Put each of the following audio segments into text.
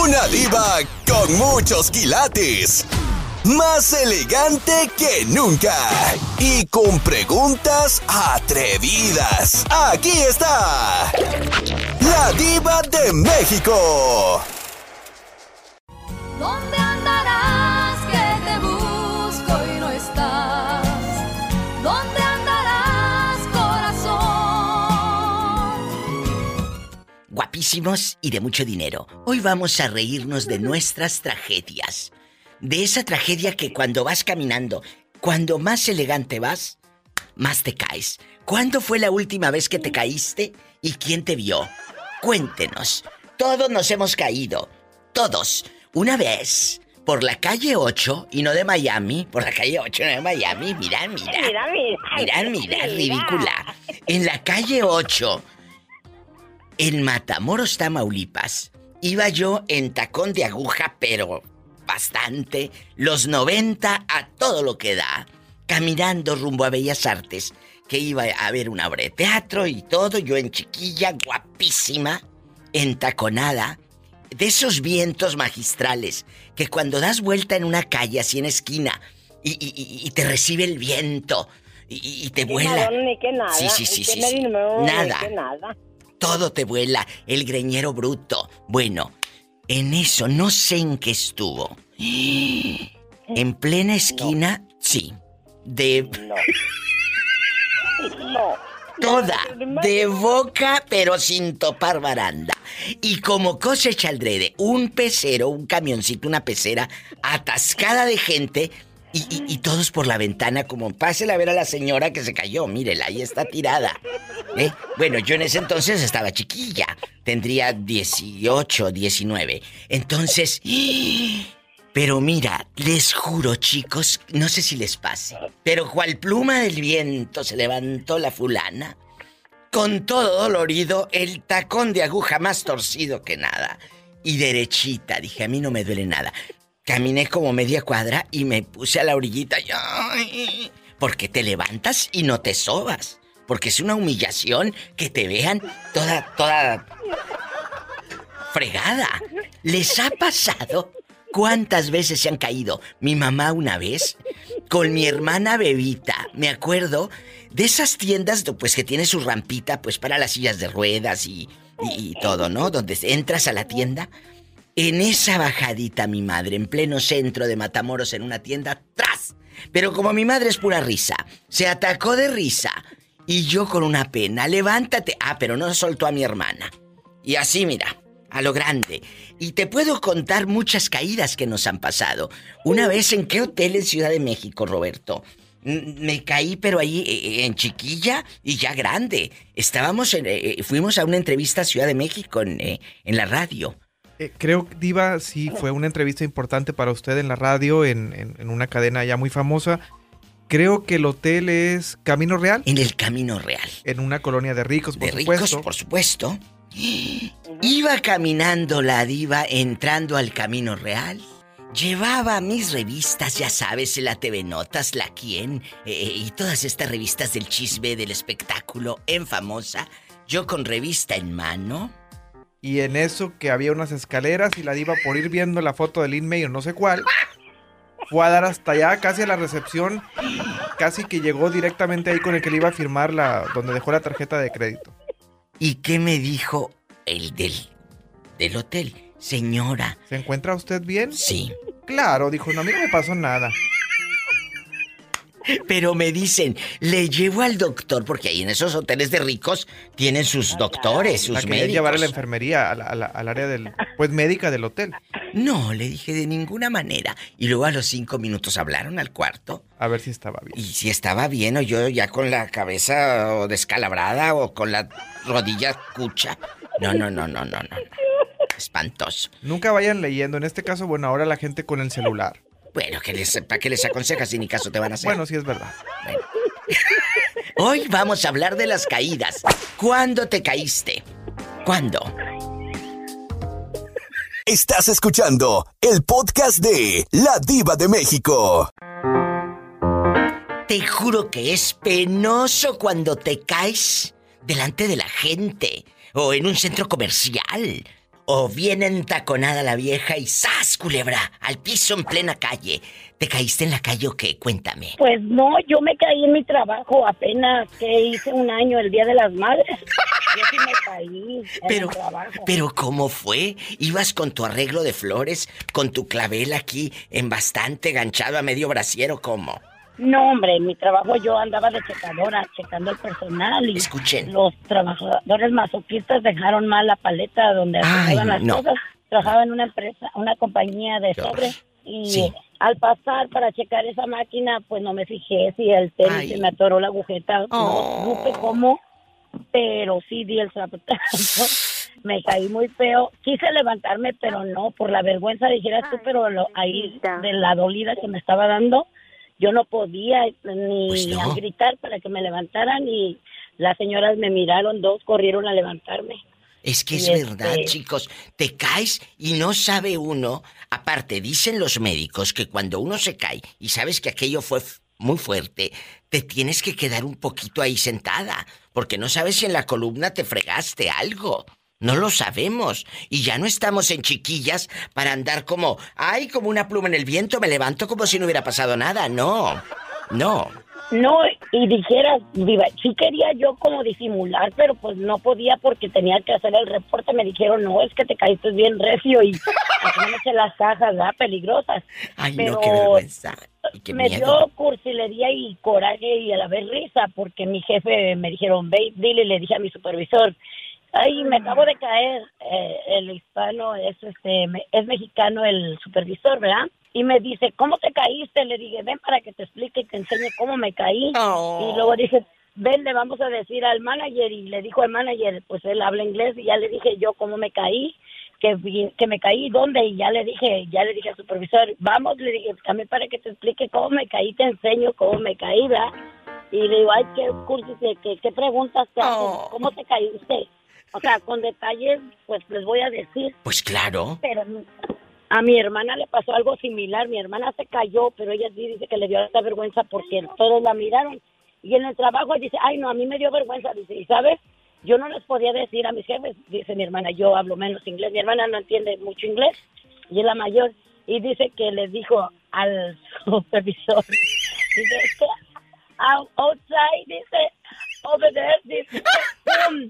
Una diva con muchos quilates. Más elegante que nunca. Y con preguntas atrevidas. Aquí está la Diva de México. ¿Dónde andarás que te busco y no estás? ¿Dónde andarás, corazón? Guapísimos y de mucho dinero. Hoy vamos a reírnos de nuestras tragedias. De esa tragedia que cuando vas caminando, cuando más elegante vas, más te caes. ¿Cuándo fue la última vez que te caíste y quién te vio? Cuéntenos. Todos nos hemos caído. Todos. Una vez, por la calle 8, y no de Miami, por la calle 8, no de Miami, mira, ridícula. En la calle 8, en Matamoros, Tamaulipas, iba yo en tacón de aguja, pero bastante, los 90 a todo lo que da, caminando rumbo a Bellas Artes, que iba a ver una obra de teatro y todo, yo en chiquilla, guapísima, entaconada, de esos vientos magistrales, que cuando das vuelta en una calle, así en esquina, y te recibe el viento, y te vuela. Sí. Nada. Todo te vuela, el greñero bruto. Bueno, en eso, no sé en qué estuvo. En plena esquina, sí. No. Toda, de boca, pero sin topar baranda. Y como cosecha aldrede, un pecero, un camioncito, una pecera, atascada de gente, y todos por la ventana, como pásela a ver a la señora que se cayó, mírela, ahí está tirada. Bueno, yo en ese entonces estaba chiquilla, tendría 18, 19. Entonces, pero mira, les juro, chicos, no sé si les pase, pero cual pluma del viento se levantó la fulana, con todo dolorido, el tacón de aguja más torcido que nada, y derechita. Dije, a mí no me duele nada. Caminé como media cuadra y me puse a la orillita. ¡Ay! Porque te levantas y no te sobas. Porque es una humillación que te vean toda fregada. ¿Les ha pasado? ¿Cuántas veces se han caído? Mi mamá una vez, con mi hermana Bebita, me acuerdo de esas tiendas pues que tiene su rampita pues para las sillas de ruedas y todo, ¿no? Donde entras a la tienda. En esa bajadita mi madre, en pleno centro de Matamoros, en una tienda, ¡tras! Pero como mi madre es pura risa, se atacó de risa. Y yo con una pena, levántate. Pero no soltó a mi hermana. Y así, mira, a lo grande. Y te puedo contar muchas caídas que nos han pasado. Una vez, ¿en qué hotel en Ciudad de México, Roberto? Me caí, pero ahí en chiquilla y ya grande. Fuimos a una entrevista a Ciudad de México en la radio. Creo, Diva, sí fue una entrevista importante para usted en la radio, en una cadena ya muy famosa. Creo que el hotel es Camino Real. En el Camino Real. En una colonia de ricos, por supuesto. De ricos, por supuesto. Iba caminando la diva entrando al Camino Real. Llevaba mis revistas, ya sabes, la TV Notas, La Quién, y todas estas revistas del chisme, del espectáculo, en Famosa. Yo con revista en mano. Y en eso que había unas escaleras y la diva, por ir viendo la foto del Inmail o no sé cuál, fue a dar hasta allá, casi a la recepción, casi que llegó directamente ahí con el que le iba a firmar donde dejó la tarjeta de crédito. ¿Y qué me dijo el del hotel? Señora. ¿Se encuentra usted bien? Sí. Claro, dijo, no, a mí no me pasó nada. Pero me dicen, le llevo al doctor, porque ahí en esos hoteles de ricos tienen sus doctores, sus médicos. Llevar a la enfermería, al área médica del hotel. No, le dije de ninguna manera. Y luego a los 5 minutos hablaron al cuarto. A ver si estaba bien. Y si estaba bien, o yo ya con la cabeza o descalabrada o con la rodilla cucha. No. Espantoso. Nunca vayan leyendo. En este caso, bueno, ahora la gente con el celular. Bueno, ¿para qué les aconsejas si ni caso te van a hacer? Bueno, sí es verdad. Bueno. Hoy vamos a hablar de las caídas. ¿Cuándo te caíste? ¿Cuándo? Estás escuchando el podcast de La Diva de México. Te juro que es penoso cuando te caes delante de la gente o en un centro comercial o bien entaconada la vieja y ¡zas, culebra! Al piso en plena calle. ¿Te caíste en la calle o qué? Cuéntame. Pues no, yo me caí en mi trabajo apenas que hice un año, el Día de las Madres. Yo sí me caí en el trabajo. Pero ¿cómo fue? ¿Ibas con tu arreglo de flores, con tu clavel aquí en bastante ganchado a medio brasiero? ¿Cómo? No, hombre, en mi trabajo yo andaba de checadora, checando el personal y Escuchen. los trabajadores masoquistas dejaron mal la paleta donde hacían las cosas. Trabajaba en una empresa, una compañía de sobres y sí. Al pasar para checar esa máquina, pues no me fijé si el tenis se me atoró la agujeta. No supe cómo, pero sí di el zapatazo. Me caí muy feo. Quise levantarme, pero no, por la vergüenza, dijeras tú, pero ahí de la dolida que me estaba dando, yo no podía ni pues no. gritar para que me levantaran y las señoras me miraron, dos corrieron a levantarme. Es que es verdad, chicos. Te caes y no sabe uno. Aparte, dicen los médicos que cuando uno se cae y sabes que aquello fue muy fuerte, te tienes que quedar un poquito ahí sentada, porque no sabes si en la columna te fregaste algo. No lo sabemos. Y ya no estamos en chiquillas para andar como, ay, como una pluma en el viento, me levanto como si no hubiera pasado nada. No, no. No, y dijeras, Diva, sí quería yo como disimular, pero pues no podía porque tenía que hacer el reporte. Me dijeron, no, es que te caíste bien recio y haciéndose las cajas, ¿verdad? Peligrosas. Ay, pero no, qué vergüenza. Y qué me miedo. dio cursilería y coraje y a la vez risa porque mi jefe me dijeron, ve, dile, le dije a mi supervisor, ay, me acabo de caer, el hispano es mexicano el supervisor, ¿verdad? Y me dice, ¿cómo te caíste? Le dije, ven para que te explique y te enseñe cómo me caí. Oh. Y luego dije, ven, le vamos a decir al manager. Y le dijo al manager, pues él habla inglés. Y ya le dije yo cómo me caí, que me caí, ¿dónde? Y ya le dije al supervisor, vamos, le dije, también para que te explique cómo me caí, te enseño cómo me caí, ¿verdad? Y le digo, ay, qué preguntas te hacen, ¿cómo te caíste? O sea, con detalles, pues les voy a decir. Pues claro. Pero a mi hermana le pasó algo similar. Mi hermana se cayó, pero ella sí dice que le dio esta vergüenza porque todos la miraron. Y en el trabajo dice, ay, no, a mí me dio vergüenza. Dice, ¿y sabes? Yo no les podía decir a mis jefes, dice mi hermana, yo hablo menos inglés. Mi hermana no entiende mucho inglés y es la mayor. Y dice que les dijo al supervisor, dice, outside, dice, over there, dice, ¡pum!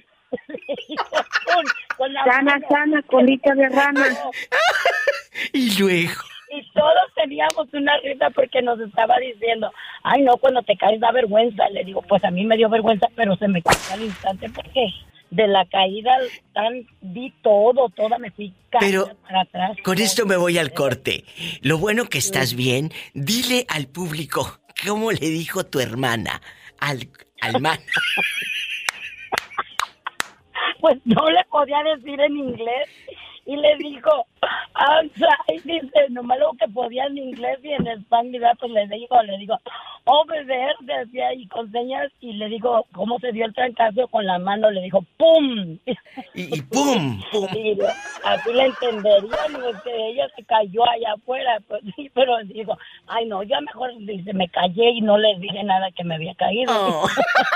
Con la sana, colita de rana. Y luego. Y todos teníamos una risa porque nos estaba diciendo, ay no, cuando te caes da vergüenza. Le digo, pues a mí me dio vergüenza, pero se me quitó al instante porque de la caída di toda me fui pero para atrás. Con esto me voy al corte. Lo bueno que estás bien, dile al público cómo le dijo tu hermana al man. Pues no le podía decir en inglés y le dijo, outside, dice, nomás lo que podía en inglés y en español, pues le digo, over there, decía, y con señas, y le digo, ¿cómo se dio el trancazo con la mano? Le dijo, ¡pum! Y ¡pum! ¡Pum! Y así le entenderían, que ella se cayó allá afuera, pues sí, pero digo, ay no, yo mejor, dice, me callé y no les dije nada que me había caído. Oh.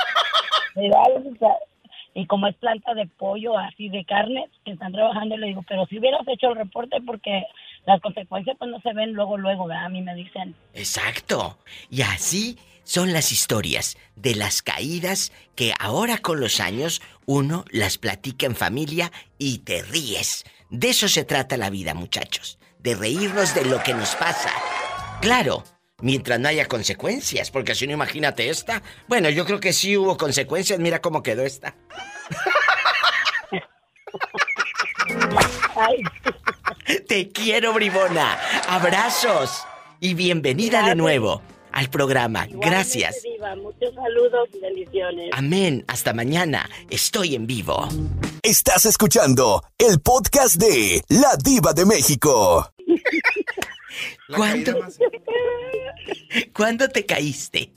Y como es planta de pollo, así de carne, que están trabajando, le digo, pero si hubieras hecho el reporte porque las consecuencias pues no se ven luego, ¿verdad? A mí me dicen. Exacto. Y así son las historias de las caídas que ahora con los años uno las platica en familia y te ríes. De eso se trata la vida, muchachos. De reírnos de lo que nos pasa. Claro. Mientras no haya consecuencias, porque si no, imagínate esta. Bueno, yo creo que sí hubo consecuencias, mira cómo quedó esta. Ay. Te quiero, bribona. Abrazos y bienvenida de nuevo al programa. Igualmente, gracias. Diva, muchos saludos y bendiciones. Amén. Hasta mañana. Estoy en vivo. Estás escuchando el podcast de La Diva de México. ¿Cuándo te caíste?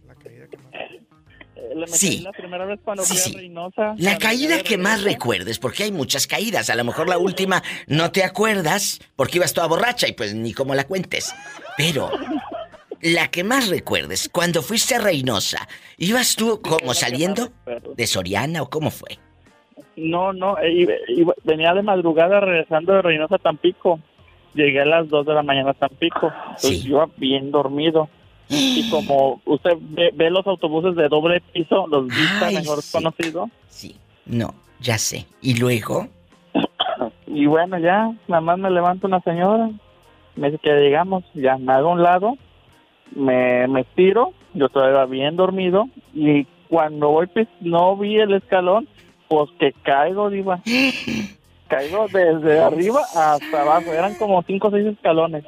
Sí. La primera vez cuando fui a Reynosa. La caída que más recuerdes, porque hay muchas caídas. A lo mejor la última no te acuerdas porque ibas toda borracha y pues ni cómo la cuentes. Pero la que más recuerdes, cuando fuiste a Reynosa, ¿ibas tú como saliendo de Soriana o cómo fue? No, venía de madrugada regresando de Reynosa a Tampico. Llegué a las 2 de la mañana a Tampico. Entonces Sí. yo iba bien dormido. Y como usted ve los autobuses de doble piso, los Vista, Ay, mejor sí. conocido. Sí, no, ya sé. ¿Y luego? Y bueno, ya, nada más me levanta una señora. Me dice que llegamos, ya me hago a un lado. Me estiro, yo todavía bien dormido. Y cuando voy, pues no vi el escalón, pues que caigo, diva. Caigo desde arriba hasta abajo. Eran como 5 o 6 escalones.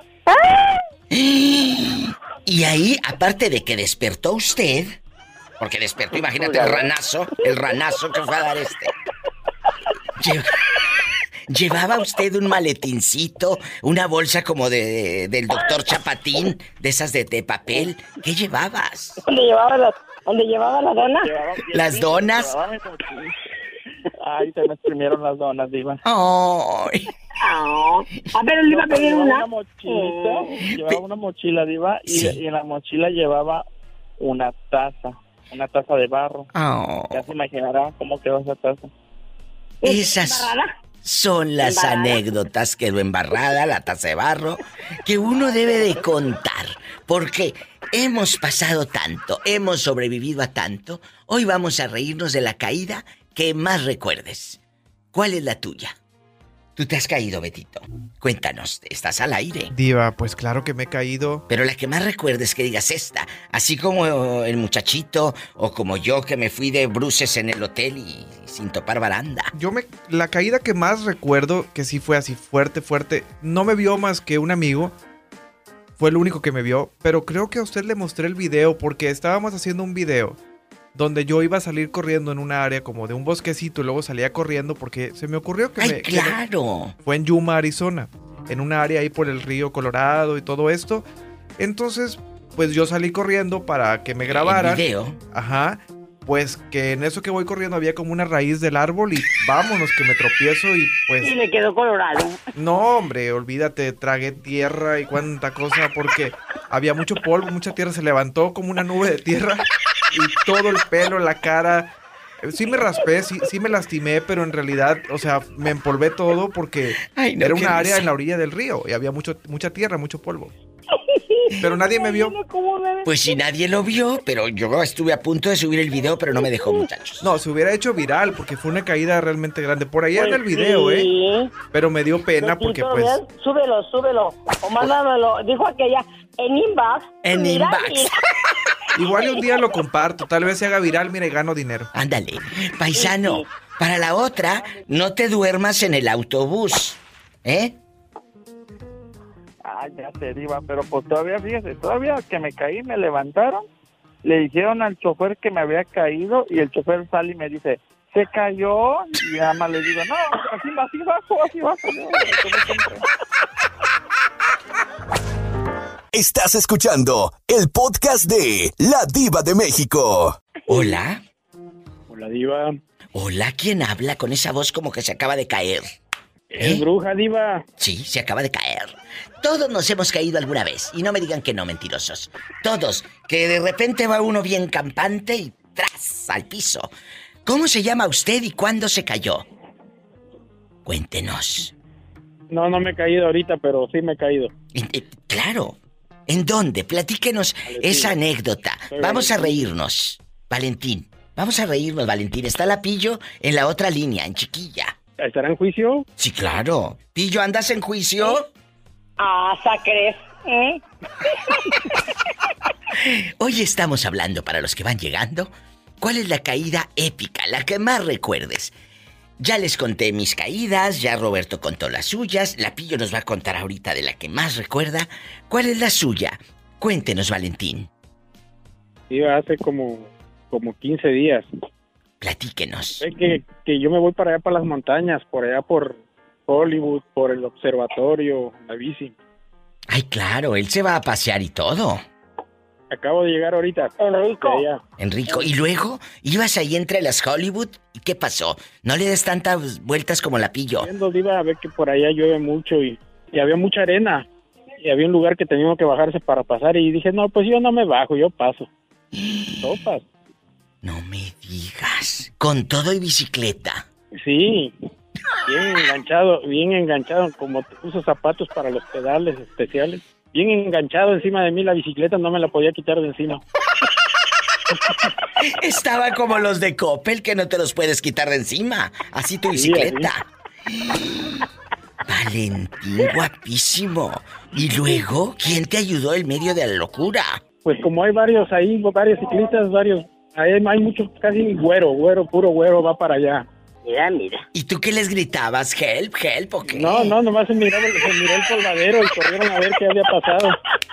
Y ahí, aparte de que despertó usted, porque despertó, imagínate el ranazo que fue a dar este. ¿Llevaba usted un maletincito, una bolsa como del doctor Chapatín, de esas de papel? ¿Qué llevabas? ¿Dónde llevaba la dona? ¿Las donas? Ay, se me exprimieron las donas, diva. ¡Ay! A ver, le iba a pedir una. Llevaba una mochila, diva, Sí. y en la mochila llevaba una taza de barro. Oh. Ya se imaginará cómo quedó esa taza. Esas son las anécdotas. Quedó embarrada la taza de barro que uno debe de contar, porque hemos pasado tanto, hemos sobrevivido a tanto. Hoy vamos a reírnos de la caída que más recuerdes. ¿Cuál es la tuya? ¿Tú te has caído, Betito? Cuéntanos, estás al aire. Diva, pues claro que me he caído. Pero la que más recuerdes que digas esta, así como el muchachito o como yo que me fui de bruces en el hotel y sin topar baranda. La caída que más recuerdo, que sí fue así fuerte, no me vio más que un amigo. Fue el único que me vio, pero creo que a usted le mostré el video porque estábamos haciendo un video donde yo iba a salir corriendo en una área como de un bosquecito y luego salía corriendo porque se me ocurrió que ¡Ay, claro! fue en Yuma, Arizona, en una área ahí por el río Colorado y todo esto. Entonces, pues yo salí corriendo para que me grabaran. ¿El video? Ajá. Pues que en eso que voy corriendo había como una raíz del árbol y vámonos que me tropiezo y pues... Y le quedó colorado. No, hombre, olvídate, tragué tierra y cuánta cosa porque había mucho polvo, mucha tierra, se levantó como una nube de tierra y todo el pelo, la cara. Sí me raspé, sí me lastimé, pero en realidad, o sea, me empolvé todo porque era una área en la orilla del río y había mucha tierra, mucho polvo. Pero nadie me vio. Pues si nadie lo vio, pero yo estuve a punto de subir el video, pero no me dejó, muchachos. No, se hubiera hecho viral porque fue una caída realmente grande. Por ahí anda el video, sí. Pero me dio pena porque pues... Súbelo. O mándamelo. Dijo aquella, en inbox. En Mira, inbox. mira. Igual un día lo comparto, tal vez se haga viral, mira, y gano dinero. Ándale, paisano, para la otra, no te duermas en el autobús, ¿eh? Ah, ya sé, diva, pero pues todavía, fíjese, todavía que me caí, me levantaron, le dijeron al chofer que me había caído y el chofer sale y me dice, ¿se cayó? Y nada más le digo, no, así bajo. Estás escuchando el podcast de La Diva de México. Hola. Hola, diva. Hola, ¿quién habla con esa voz como que se acaba de caer? Es bruja, diva. Sí, se acaba de caer. Todos nos hemos caído alguna vez. Y no me digan que no, mentirosos. Todos. Que de repente va uno bien campante y ¡tras! Al piso. ¿Cómo se llama usted y cuándo se cayó? Cuéntenos. No me he caído ahorita, pero sí me he caído. Claro. ¿En dónde? Platíquenos esa anécdota. Vamos a reírnos. Valentín. Vamos a reírnos, Valentín. Está la Pillo en la otra línea, en Chiquilla. ¿Estará en juicio? Sí, claro. Pillo, ¿andas en juicio? ¿Sacres? Hoy estamos hablando, para los que van llegando, ¿cuál es la caída épica, la que más recuerdes? Ya les conté mis caídas, ya Roberto contó las suyas, la Pillo nos va a contar ahorita de la que más recuerda. ¿Cuál es la suya? Cuéntenos, Valentín. Iba hace como 15 días. Platíquenos. Es que yo me voy para allá, para las montañas, por allá por Hollywood, por el observatorio, la bici. Ay, claro, él se va a pasear y todo. Acabo de llegar ahorita. Enrico, ¿y luego? ¿Ibas ahí entre las Hollywood? ¿Y qué pasó? No le des tantas vueltas como la Pillo. Iba a ver que por allá llueve mucho y había mucha arena. Y había un lugar que teníamos que bajarse para pasar. Y dije, no, pues yo no me bajo, yo paso. Topas. No me digas. Con todo y bicicleta. Sí, bien enganchado, como uso zapatos para los pedales especiales. Bien enganchado encima de mí la bicicleta, no me la podía quitar de encima. Estaba como los de Coppel, que no te los puedes quitar de encima. Así tu bicicleta. Valentín, guapísimo. Y luego, ¿quién te ayudó en medio de la locura? Pues como hay varios ciclistas, hay muchos, casi puro güero va para allá. Mira. ¿Y tú qué les gritabas? ¿Help, help o qué? No, nomás se miró el polvadero y corrieron a ver qué había pasado.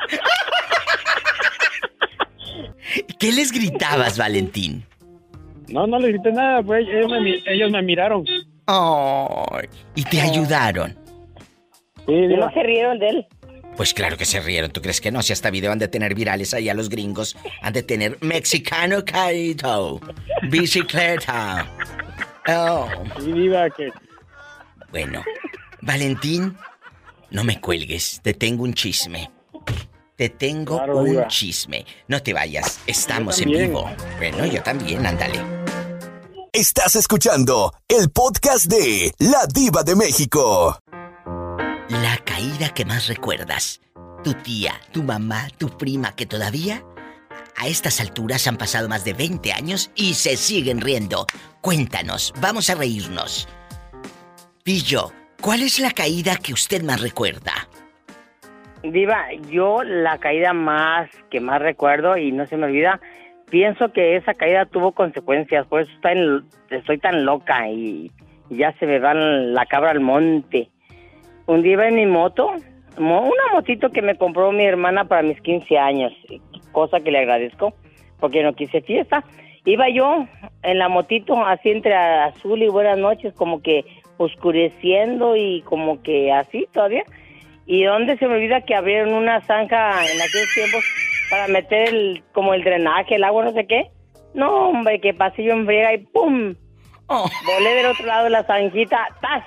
¿Qué les gritabas, Valentín? No les grité nada, pues ellos me miraron. Ay, ¿y te ayudaron? Sí, ¿Y no se rieron de él? Pues claro que se rieron, ¿tú crees que no? Si hasta video han de tener virales allá los gringos, han de tener mexicano carito, bicicleta. Oh. Sí, diva, que... Bueno, Valentín, no me cuelgues, te tengo un chisme. Claro, diva. Chisme. No te vayas, estamos en vivo. Bueno, yo también, ándale. Estás escuchando el podcast de La Diva de México. La caída que más recuerdas. Tu tía, tu mamá, tu prima, que todavía a estas alturas han pasado más de 20 años y se siguen riendo. Cuéntanos, vamos a reírnos. Pillo, ¿cuál es la caída que usted más recuerda? Diva, yo la caída que más recuerdo y no se me olvida, pienso que esa caída tuvo consecuencias, por eso estoy tan loca y ya se me va la cabra al monte. Un día iba en mi moto, una motito que me compró mi hermana para mis 15 años, cosa que le agradezco, porque no quise fiesta. Iba yo en la motito, así entre azul y buenas noches, como que oscureciendo y como que así todavía. Y donde se me olvida que abrieron una zanja en aquellos tiempos para meter el drenaje, el agua, no sé qué. No, hombre, que pasé yo en friega y ¡pum! Oh. Volé del otro lado de la zanjita, ¡tas!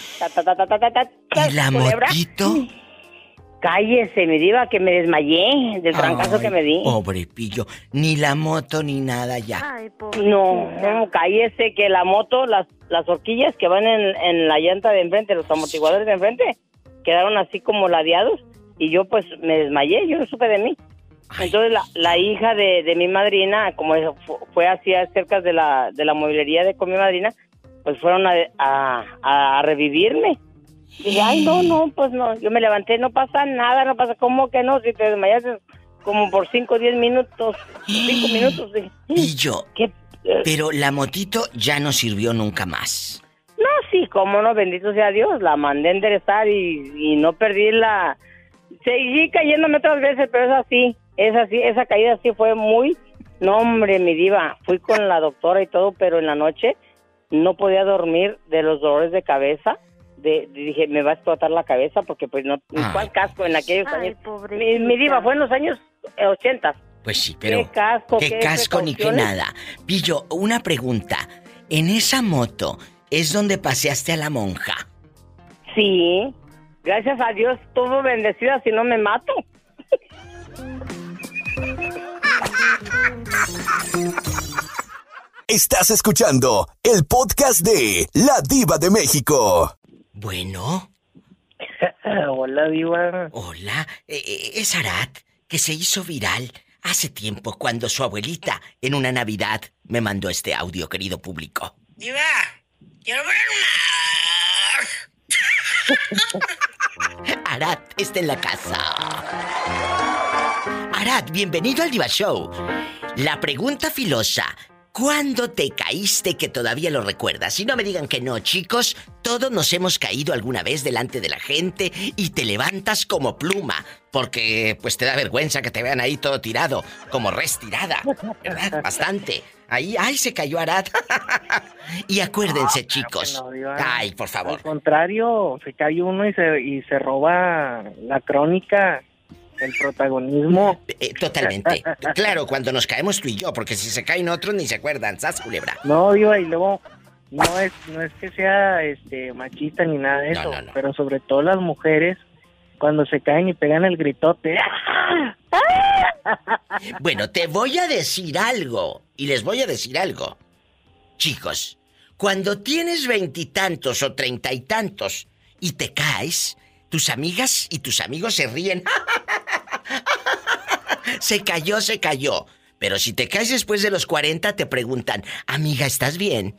¿Y la culebra. motito? Cállese, mi diva, que me desmayé del trancazo que me di. Pobre Pillo, ni la moto ni nada ya. Ay, No, cállese, que la moto, las horquillas que van en la llanta de enfrente, los amortiguadores de enfrente, quedaron así como ladeados y yo pues me desmayé, yo no supe de mí. Entonces la hija de mi madrina, como fue así cerca de la mueblería con mi madrina, pues fueron a revivirme. Y dije, ay, no, pues no. Yo me levanté, no pasa nada, no pasa. ¿Cómo que no? Si te desmayaste como por 5 o 10 minutos, 5 minutos. Dije, Pillo, pero la motito ya no sirvió nunca más. No, sí, cómo no, bendito sea Dios. La mandé a enderezar y no perdí la... Seguí cayéndome otras veces, pero es así, esa caída sí fue muy... No, hombre, mi diva, fui con la doctora y todo, pero en la noche no podía dormir de los dolores de cabeza. Dije, me va a explotar la cabeza porque pues no... ¿Cuál casco en aquellos años? Mi diva fue en los años 80. Pues sí, pero... ¿Qué casco ni qué nada. Pillo, una pregunta. ¿En esa moto es donde paseaste a la monja? Sí. Gracias a Dios, estuvo bendecida, si no me mato. Estás escuchando el podcast de La Diva de México. Bueno. Hola, Diva. Hola. Es Arat, que se hizo viral hace tiempo cuando su abuelita en una Navidad me mandó este audio, querido público. Diva, quiero ver Arat está en la casa. Arat, bienvenido al Diva Show. La pregunta filosa: ¿cuándo te caíste que todavía lo recuerdas? Y no me digan que no, chicos. Todos nos hemos caído alguna vez delante de la gente y te levantas como pluma. Porque pues te da vergüenza que te vean ahí todo tirado, como res tirada, ¿verdad? Bastante. Ahí, ¡ay, se cayó Arat! Y acuérdense, chicos. No, Diva. Ay, por favor. Al contrario, se cae uno y se roba la crónica, el protagonismo. Totalmente. Claro, cuando nos caemos tú y yo, porque si se caen otros ni se acuerdan, ¿sabes, culebra? No, Diva, y luego no es que sea machista ni nada de eso, No. pero sobre todo las mujeres cuando se caen y pegan el gritote. Bueno, te voy a decir algo. Y les voy a decir algo. Chicos, Cuando tienes 20 y tantos o 30 y tantos y te caes, tus amigas y tus amigos se ríen. Se cayó, se cayó. Pero si te caes después de los 40, te preguntan, amiga, ¿estás bien?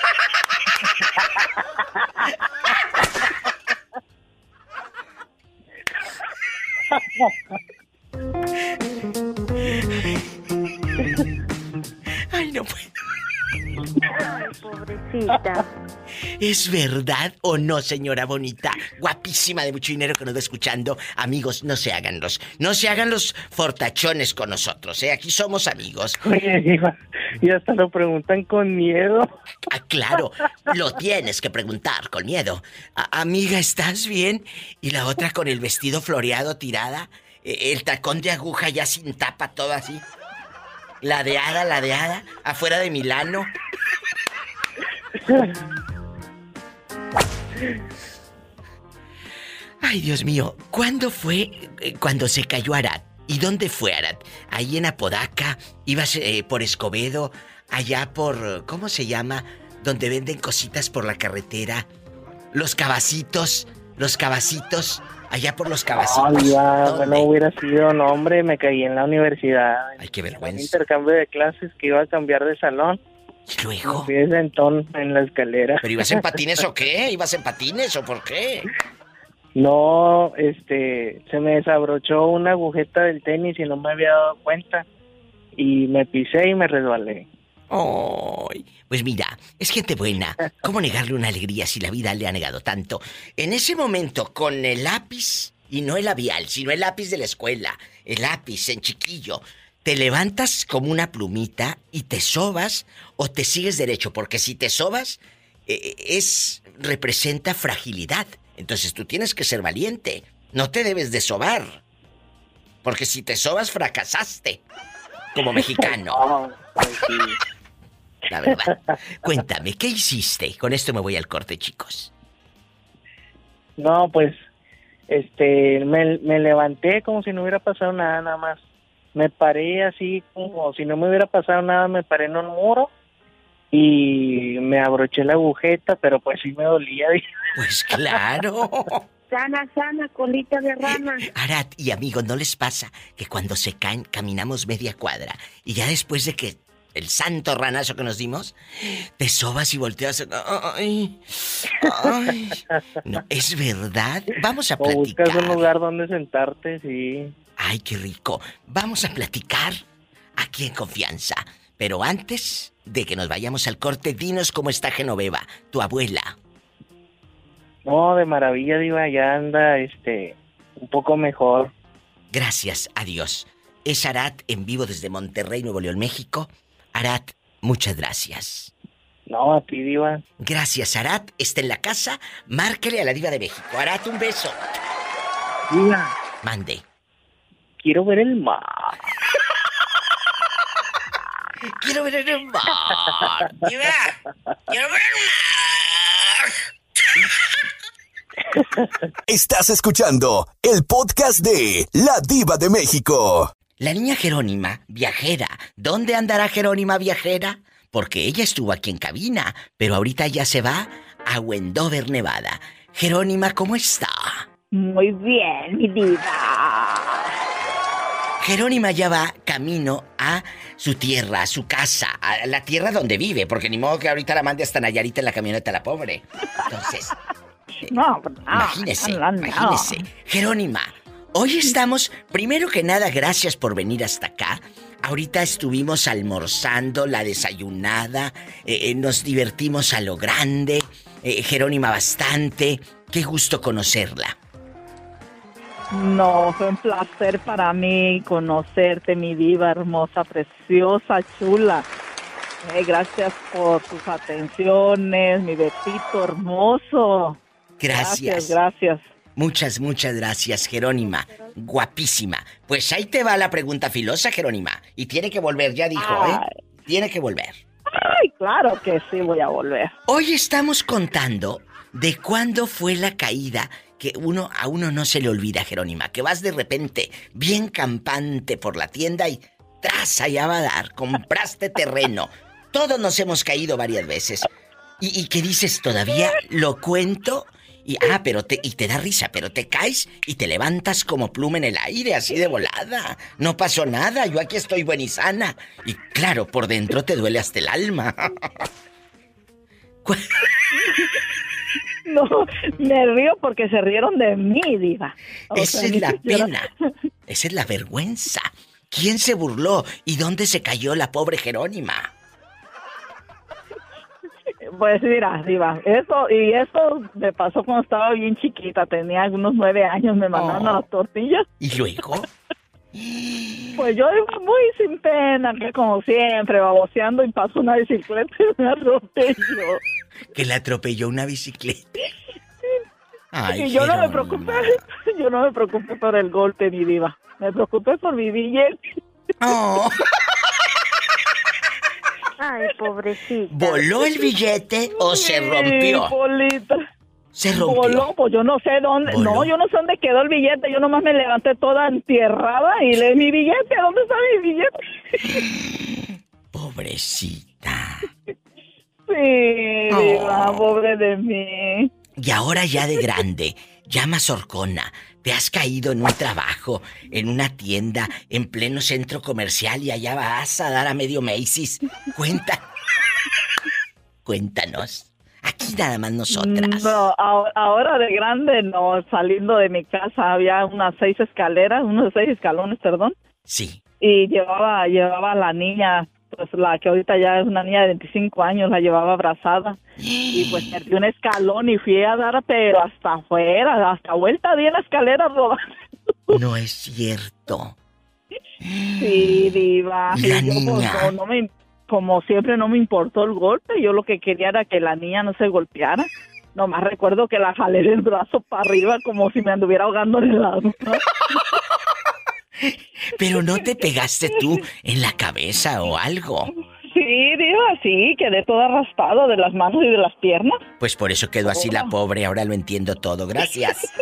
Ay, no puedo. Ay, pobrecita. ¿Es verdad o no, señora bonita? Guapísima, de mucho dinero que nos va escuchando. Amigos, no se hagan los fortachones con nosotros, ¿eh? Aquí somos amigos. Oye, Diva, y hasta lo preguntan con miedo. Ah, claro, lo tienes que preguntar con miedo. Amiga, ¿estás bien? Y la otra con el vestido floreado tirada, el tacón de aguja ya sin tapa, todo así. Ladeada, afuera de Milano. Ay, Dios mío, ¿cuándo fue cuando se cayó Arad? ¿Y dónde fue Arad? Ahí en Apodaca, ibas por Escobedo, allá por, ¿cómo se llama? Donde venden cositas por la carretera. Los Cabacitos, allá por los Cabacitos. Ay, ya, bueno, hubiera sido, no, hombre, me caí en la universidad. Ay, qué vergüenza. Un intercambio de clases que iba a cambiar de salón. ¿Y luego? Me fui de sentón en la escalera. ¿Pero ibas en patines o qué? ¿Ibas en patines o por qué? No, se me desabrochó una agujeta del tenis y no me había dado cuenta. Y me pisé y me resbalé. Ay, pues mira, es gente buena. ¿Cómo negarle una alegría si la vida le ha negado tanto? En ese momento, con el lápiz, y no el labial, sino el lápiz de la escuela, el lápiz en chiquillo, te levantas como una plumita y te sobas o te sigues derecho, porque si te sobas, representa fragilidad. Entonces tú tienes que ser valiente. No te debes de sobar. Porque si te sobas, fracasaste. Como mexicano. La verdad. Cuéntame, ¿qué hiciste? Con esto me voy al corte, chicos. No, pues, me levanté como si no hubiera pasado nada, nada más. Me paré así como si no me hubiera pasado nada, me paré en un muro y me abroché la agujeta, pero pues sí me dolía. Pues claro. Sana, colita de rana. Arad y amigos, ¿no les pasa que cuando se caen caminamos media cuadra y ya después de que el santo ranazo que nos dimos, te sobas y volteas? Ay. No, ¿es verdad? Vamos a platicar. Buscas un lugar donde sentarte, sí. Ay, qué rico. Vamos a platicar aquí en confianza. Pero antes de que nos vayamos al corte, dinos cómo está Genoveva, tu abuela. No, de maravilla, Diva, ya anda, un poco mejor. Gracias a Dios. Es Arad en vivo desde Monterrey, Nuevo León, México. Arad, muchas gracias. No, a ti, Diva. Gracias, Arad. Está en la casa. Márquele a la Diva de México. Arad, un beso. Diva. Mande. Quiero ver el mar. Quiero ver el mar. Diva, quiero ver el mar. Estás escuchando el podcast de La Diva de México. La niña Jerónima, viajera. ¿Dónde andará Jerónima viajera? Porque ella estuvo aquí en cabina, pero ahorita ya se va a Wendover, Nevada. Jerónima, ¿cómo está? Muy bien, mi diva. Jerónima ya va camino a su tierra, a su casa, a la tierra donde vive, porque ni modo que ahorita la mande hasta Nayarit en la camioneta, la pobre. Entonces, imagínese. Jerónima, hoy estamos, primero que nada, gracias por venir hasta acá. Ahorita estuvimos almorzando, la desayunada, nos divertimos a lo grande. Jerónima, bastante. Qué gusto conocerla. No, fue un placer para mí conocerte, mi diva hermosa, preciosa, chula. Gracias por tus atenciones, mi Betito hermoso. Gracias. Muchas gracias, Jerónima. Guapísima. Pues ahí te va la pregunta filosa, Jerónima. Y tiene que volver, ya dijo, Tiene que volver. Ay, claro que sí, voy a volver. Hoy estamos contando de cuándo fue la caída que a uno no se le olvida, Jerónima, que vas de repente bien campante por la tienda y tras allá va a dar, compraste terreno. Todos nos hemos caído varias veces. ¿Y qué dices? ¿Todavía lo cuento? Y te da risa, pero te caes y te levantas como pluma en el aire, así de volada. No pasó nada, yo aquí estoy buena y sana. Y claro, por dentro te duele hasta el alma. No, me río porque se rieron de mí, diva. Esa es la pena. Esa es la vergüenza. ¿Quién se burló? ¿Y dónde se cayó la pobre Jerónima? Pues mira, diva, eso me pasó cuando estaba bien chiquita, tenía algunos 9 años, me mandaron a las tortillas. ¿Y luego? Pues yo iba muy sin pena, que como siempre, baboseando, y pasó una bicicleta y me atropelló. Que le atropelló una bicicleta. Ay, y yo no me preocupé por el golpe, mi diva, me preocupé por mi billete. Oh. Ay, pobrecita. ¿Voló el billete o se rompió? Polita. Se rompió. Voló, pues yo no sé dónde. ¿Voló? No, yo no sé dónde quedó el billete. Yo nomás me levanté toda entierrada y leí mi billete. ¿Dónde está mi billete? Pobrecita. Sí, diva, pobre de mí. Y ahora ya de grande, ya más horcona, te has caído en un trabajo, en una tienda, en pleno centro comercial y allá vas a dar a medio Macy's. Cuéntanos. Aquí nada más nosotras. No, ahora de grande no. Saliendo de mi casa había unos 6 escalones, perdón. Sí. Y llevaba a la niña, pues la que ahorita ya es una niña de 25 años, la llevaba abrazada. Y pues perdí un escalón y fui a dar, pero hasta afuera, hasta vuelta di en la escalera rodando. No es cierto. Sí, diva. ¿Y la yo, niña? Pues, como siempre no me importó el golpe, yo lo que quería era que la niña no se golpeara. Nomás recuerdo que la jalé del brazo para arriba como si me anduviera ahogando en el agua. Pero no te pegaste tú en la cabeza o algo. Sí, diva, sí, quedé toda raspada de las manos y de las piernas. Pues por eso quedó así la pobre, ahora lo entiendo todo, gracias.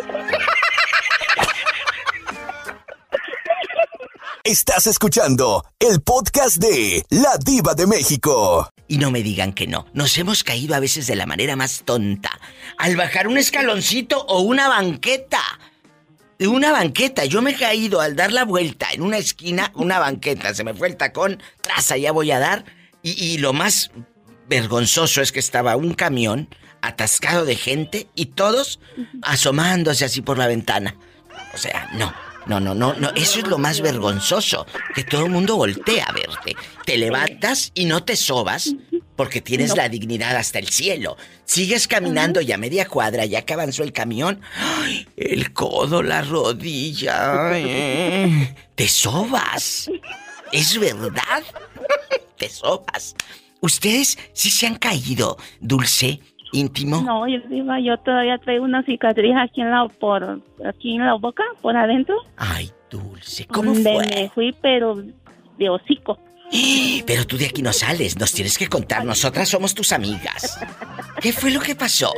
Estás escuchando el podcast de La Diva de México. Y no me digan que no, nos hemos caído a veces de la manera más tonta. Al bajar un escaloncito o una banqueta. Yo me he caído al dar la vuelta en una esquina, una banqueta, se me fue el tacón, tras allá voy a dar. Y lo más vergonzoso es que estaba un camión atascado de gente y todos asomándose así por la ventana. O sea, no, eso es lo más vergonzoso, que todo el mundo voltea a verte. Te levantas y no te sobas porque tienes la dignidad hasta el cielo. Sigues caminando y a media cuadra, ya que avanzó el camión, ¡ay! El codo, la rodilla, te sobas. ¿Es verdad? Te sobas. ¿Ustedes sí se han caído, Dulce, íntimo? No, yo todavía traigo una cicatriz aquí en la boca, por adentro. Ay, Dulce, ¿cómo donde fue? me fui, pero de hocico. Pero tú de aquí no sales, nos tienes que contar, nosotras somos tus amigas. ¿Qué fue lo que pasó?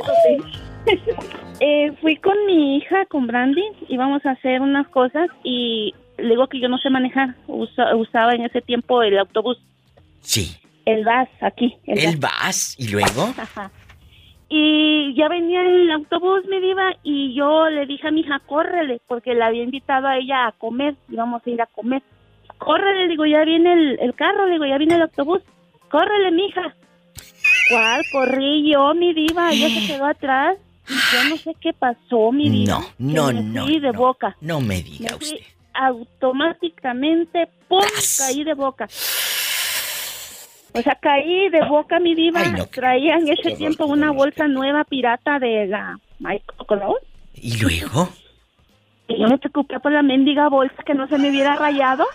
Fui con mi hija, con Brandy, íbamos a hacer unas cosas y le digo que yo no sé manejar. Usaba en ese tiempo el autobús. Sí. El bus, aquí. ¿El bus? ¿Y luego? Ajá. Y ya venía el autobús, mi diva, y yo le dije a mi hija, córrele, porque la había invitado a ella a comer, íbamos a ir a comer. Córrele, digo, ya viene el carro, digo, ya viene el autobús. Córrele, mija. ¿Cuál? Corrí yo, mi diva, ella se quedó atrás. Y yo no sé qué pasó, mi diva. No. Fui de boca. No me diga usted. Automáticamente, ¡pum!, caí de boca. O sea, caí de boca, mi diva. Ay, no. Traía en ese tiempo una bolsa nueva pirata de la Michael. ¿Y luego? Y yo me preocupé por la mendiga bolsa que no se me hubiera rayado.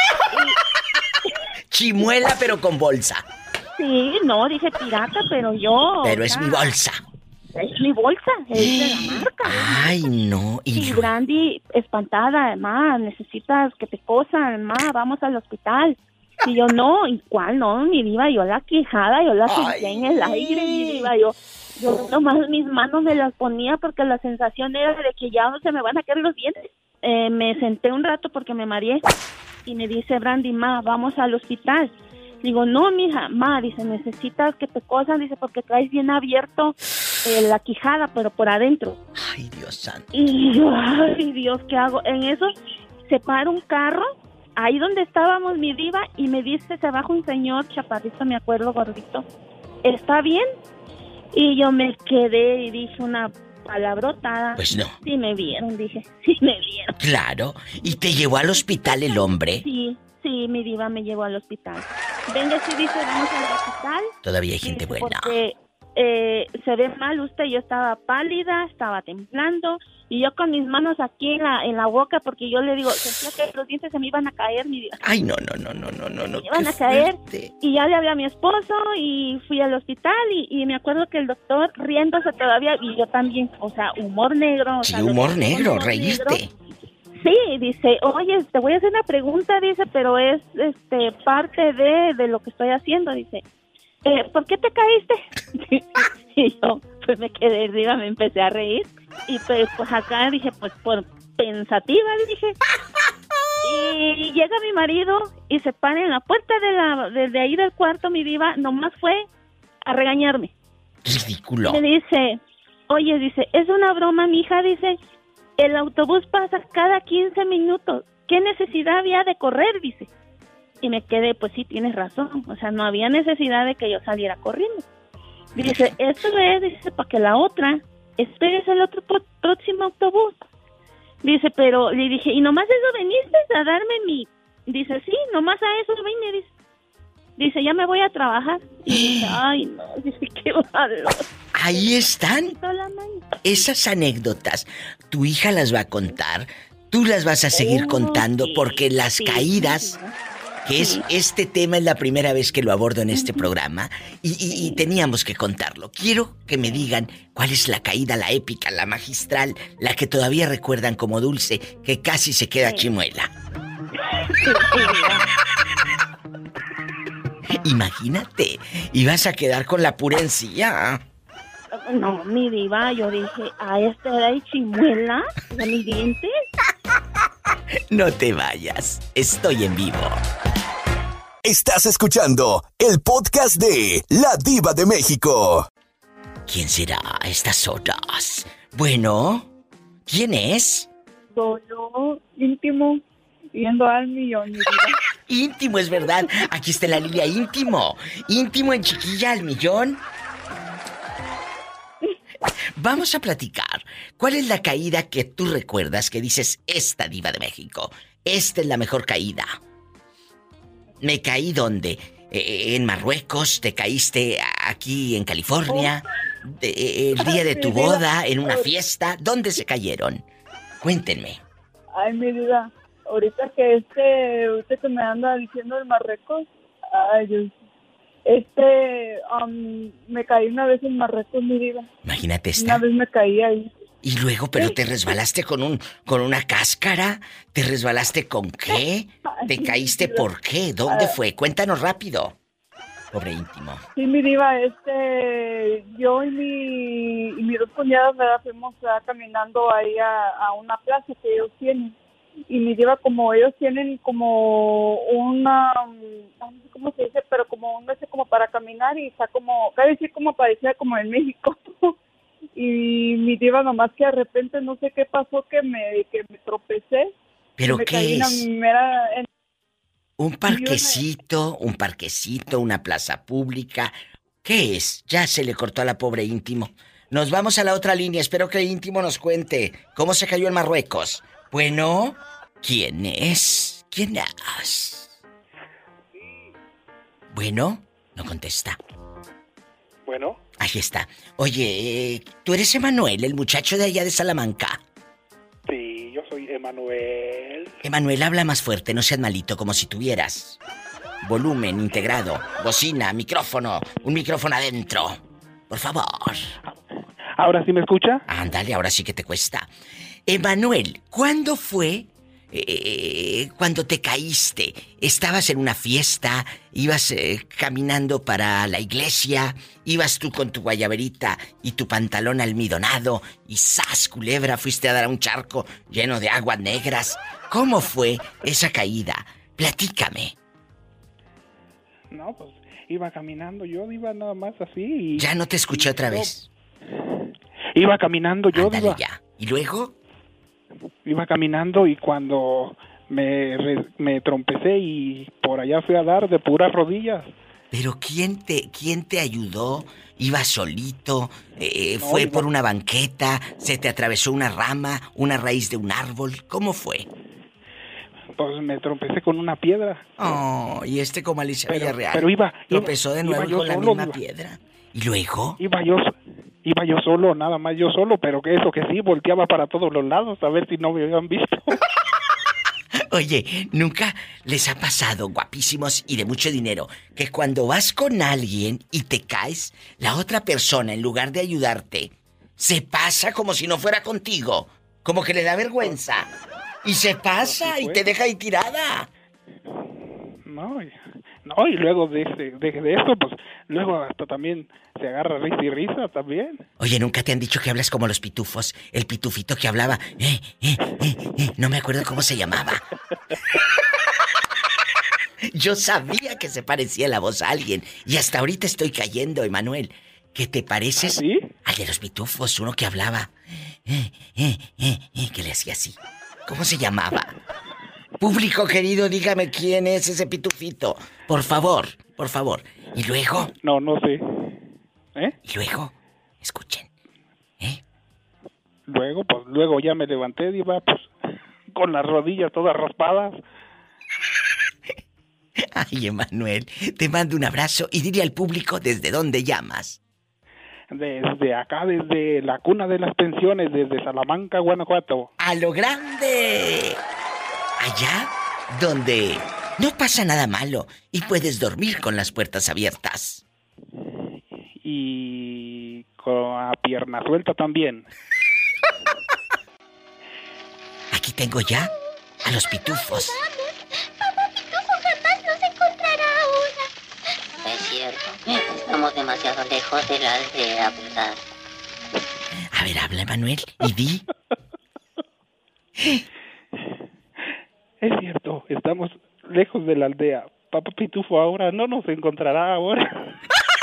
Chimuela, pero con bolsa. Sí, no, dije pirata, pero yo... Pero es mi bolsa. Es mi bolsa, es de la marca. Ay, no. Y Brandy, espantada, además, necesitas que te cosan, ma, vamos al hospital. Y yo, no, ¿y cuál? No, mi diva, yo la quejada, yo la sentía en el aire, mi diva, yo nomás mis manos me las ponía porque la sensación era de que ya no se me van a caer los dientes. Me senté un rato porque me mareé y me dice Brandy, ma, vamos al hospital. Digo, no, mija, dice, necesitas que te cosan, dice, porque traes bien abierto la quijada, pero por adentro. Ay, Dios santo. Y yo, ay, Dios, ¿qué hago? En eso se para un carro, ahí donde estábamos, mi diva, y me dice, se baja un señor chaparrito, me acuerdo, gordito. ¿Está bien? Y yo me quedé y dije una palabrotada. Pues no. Sí me vieron, dije, sí me vieron. Claro. ¿Y te llevó al hospital el hombre? Sí, mi diva me llevó al hospital. Venga, sí, dice, vamos al hospital. Todavía hay gente buena. Porque se ve mal usted, yo estaba pálida, estaba temblando, y yo con mis manos aquí en la boca, porque yo le digo, sentía que los dientes se me iban a caer, mi diva. Ay, no. Me iban a caer, y ya le hablé a mi esposo, y fui al hospital, y me acuerdo que el doctor riéndose todavía, y yo también, o sea, humor negro. Sí, humor negro, reírte. Sí, dice, oye, te voy a hacer una pregunta, dice, pero es parte de lo que estoy haciendo, dice. ¿Por qué te caíste? Y yo, pues me quedé, diva, me empecé a reír. Y pues acá dije, pues por pensativa, dije. Y llega mi marido y se para en la puerta de ahí del cuarto, mi diva, nomás fue a regañarme. Ridículo. Me dice, oye, dice, es una broma, mija, dice, el autobús pasa cada 15 minutos. ¿Qué necesidad había de correr? Dice. Y me quedé, pues sí, tienes razón. O sea, no había necesidad de que yo saliera corriendo. Dice, esto es, dice, para que la otra esperes el otro próximo autobús. Dice, pero le dije, ¿y nomás eso veniste a darme mi...? Dice, sí, nomás a eso vine, dice. Dice, ya me voy a trabajar. Y dice, ay, no, dice, qué malo. Ahí están esas anécdotas. Tu hija las va a contar, tú las vas a seguir contando, porque las caídas... que es este tema, es la primera vez que lo abordo en este programa y teníamos que contarlo. Quiero que me digan cuál es la caída, la épica, la magistral, la que todavía recuerdan como Dulce, que casi se queda chimuela. Imagínate, ibas a quedar con la pura encía. No, mi diva, yo dije, ¿a esta edad hay chimuela de mis dientes? No te vayas, estoy en vivo. Estás escuchando el podcast de La Diva de México. ¿Quién será a estas horas? Bueno, ¿quién es? Yo, íntimo, viendo al millón, mi vida. Íntimo, es verdad. Aquí está la línea íntimo. Íntimo en chiquilla al millón. Vamos a platicar. ¿Cuál es la caída que tú recuerdas que dices, esta Diva de México, esta es la mejor caída? ¿Me caí dónde? ¿En Marruecos? ¿Te caíste aquí en California? ¿El día de tu boda? ¿En una fiesta? ¿Dónde se cayeron? Cuéntenme. Ay, mi vida, ahorita que ahorita que me anda diciendo el Marruecos, ay, Dios. Me caí una vez en Marruecos, mi vida. Imagínate esta. Una vez me caí ahí. Y luego, ¿pero te resbalaste con una cáscara? ¿Te resbalaste con qué? ¿Te caíste por qué? ¿Dónde fue? Cuéntanos rápido. Pobre íntimo. Sí, mi diva, yo y mis dos cuñadas, ¿verdad? Fuimos caminando ahí a una plaza que ellos tienen. Y mi diva, como ellos tienen como una, no sé cómo se dice, pero como un ese como para caminar y está como, cabe decir como parecía como en México. Y mi diva, nomás que de repente no sé qué pasó, que me tropecé. ¿Pero me qué caí es? Un parquecito, una plaza pública. ¿Qué es? Ya se le cortó a la pobre íntimo. Nos vamos a la otra línea. Espero que el íntimo nos cuente cómo se cayó en Marruecos. Bueno, ¿quién es? ¿Quién es? Bueno, no contesta. Bueno. Ahí está. Oye, ¿tú eres Emanuel, el muchacho de allá de Salamanca? Sí, yo soy Emanuel. Emanuel, habla más fuerte, no seas malito, como si tuvieras volumen integrado, bocina, micrófono, un micrófono adentro. Por favor. ¿Ahora sí me escucha? Ándale, ahora sí que te cuesta. Emanuel, ¿cuándo fue cuando te caíste? ¿Estabas en una fiesta? ¿Ibas caminando para la iglesia? ¿Ibas tú con tu guayaberita y tu pantalón almidonado? Y ¡zas, culebra! Fuiste a dar a un charco lleno de aguas negras. ¿Cómo fue esa caída? Platícame. No, pues iba caminando yo, Diva, nada más así. Y, ya no te escuché otra vez. Iba caminando yo, Ándale, Diva. ya. ¿Y luego? Iba caminando y cuando me trompecé y por allá fui a dar de puras rodillas. ¿Pero quién te ayudó? ¿Ibas solito? No, ¿Fue iba... por una banqueta? ¿Se te atravesó una rama? ¿Una raíz de un árbol? ¿Cómo fue? Pues me trompecé con una piedra. Oh, y como Alicia Villarreal. Pero tropezó de nuevo con la solo, misma piedra. ¿Y luego? Iba yo solo, nada más yo solo, pero que eso que sí, volteaba para todos los lados a ver si no me habían visto. Oye, ¿nunca les ha pasado, guapísimos y de mucho dinero, que cuando vas con alguien y te caes, la otra persona, en lugar de ayudarte, se pasa como si no fuera contigo? Como que le da vergüenza. Y se pasa y te deja ahí tirada. No, y luego de eso, pues, luego hasta también se agarra risa y risa también. Oye, ¿nunca te han dicho que hablas como los pitufos? El pitufito que hablaba, no me acuerdo cómo se llamaba. Yo sabía que se parecía la voz a alguien. Y hasta ahorita estoy cayendo, Emanuel. Que te pareces al de los pitufos, uno que hablaba. Que le hacía así. ¿Cómo se llamaba? Público querido, dígame quién es ese pitufito. Por favor, por favor. ¿Y luego? No sé. ¿Y luego? Escuchen. Luego ya me levanté, Diva, pues, con las rodillas todas raspadas. Ay, Emanuel, te mando un abrazo y dile al público desde dónde llamas. Desde acá, desde la cuna de las pensiones, desde Salamanca, Guanajuato. ¡A lo grande! Allá donde no pasa nada malo y puedes dormir con las puertas abiertas. Y con la pierna suelta también. Aquí tengo ya a los pitufos. Papá Pitufo jamás nos encontrará ahora. Es cierto, estamos demasiado lejos de la aldea, ¿verdad? A ver, habla, Manuel, y di. Es cierto, estamos lejos de la aldea. Papá Pitufo ahora no nos encontrará ahora.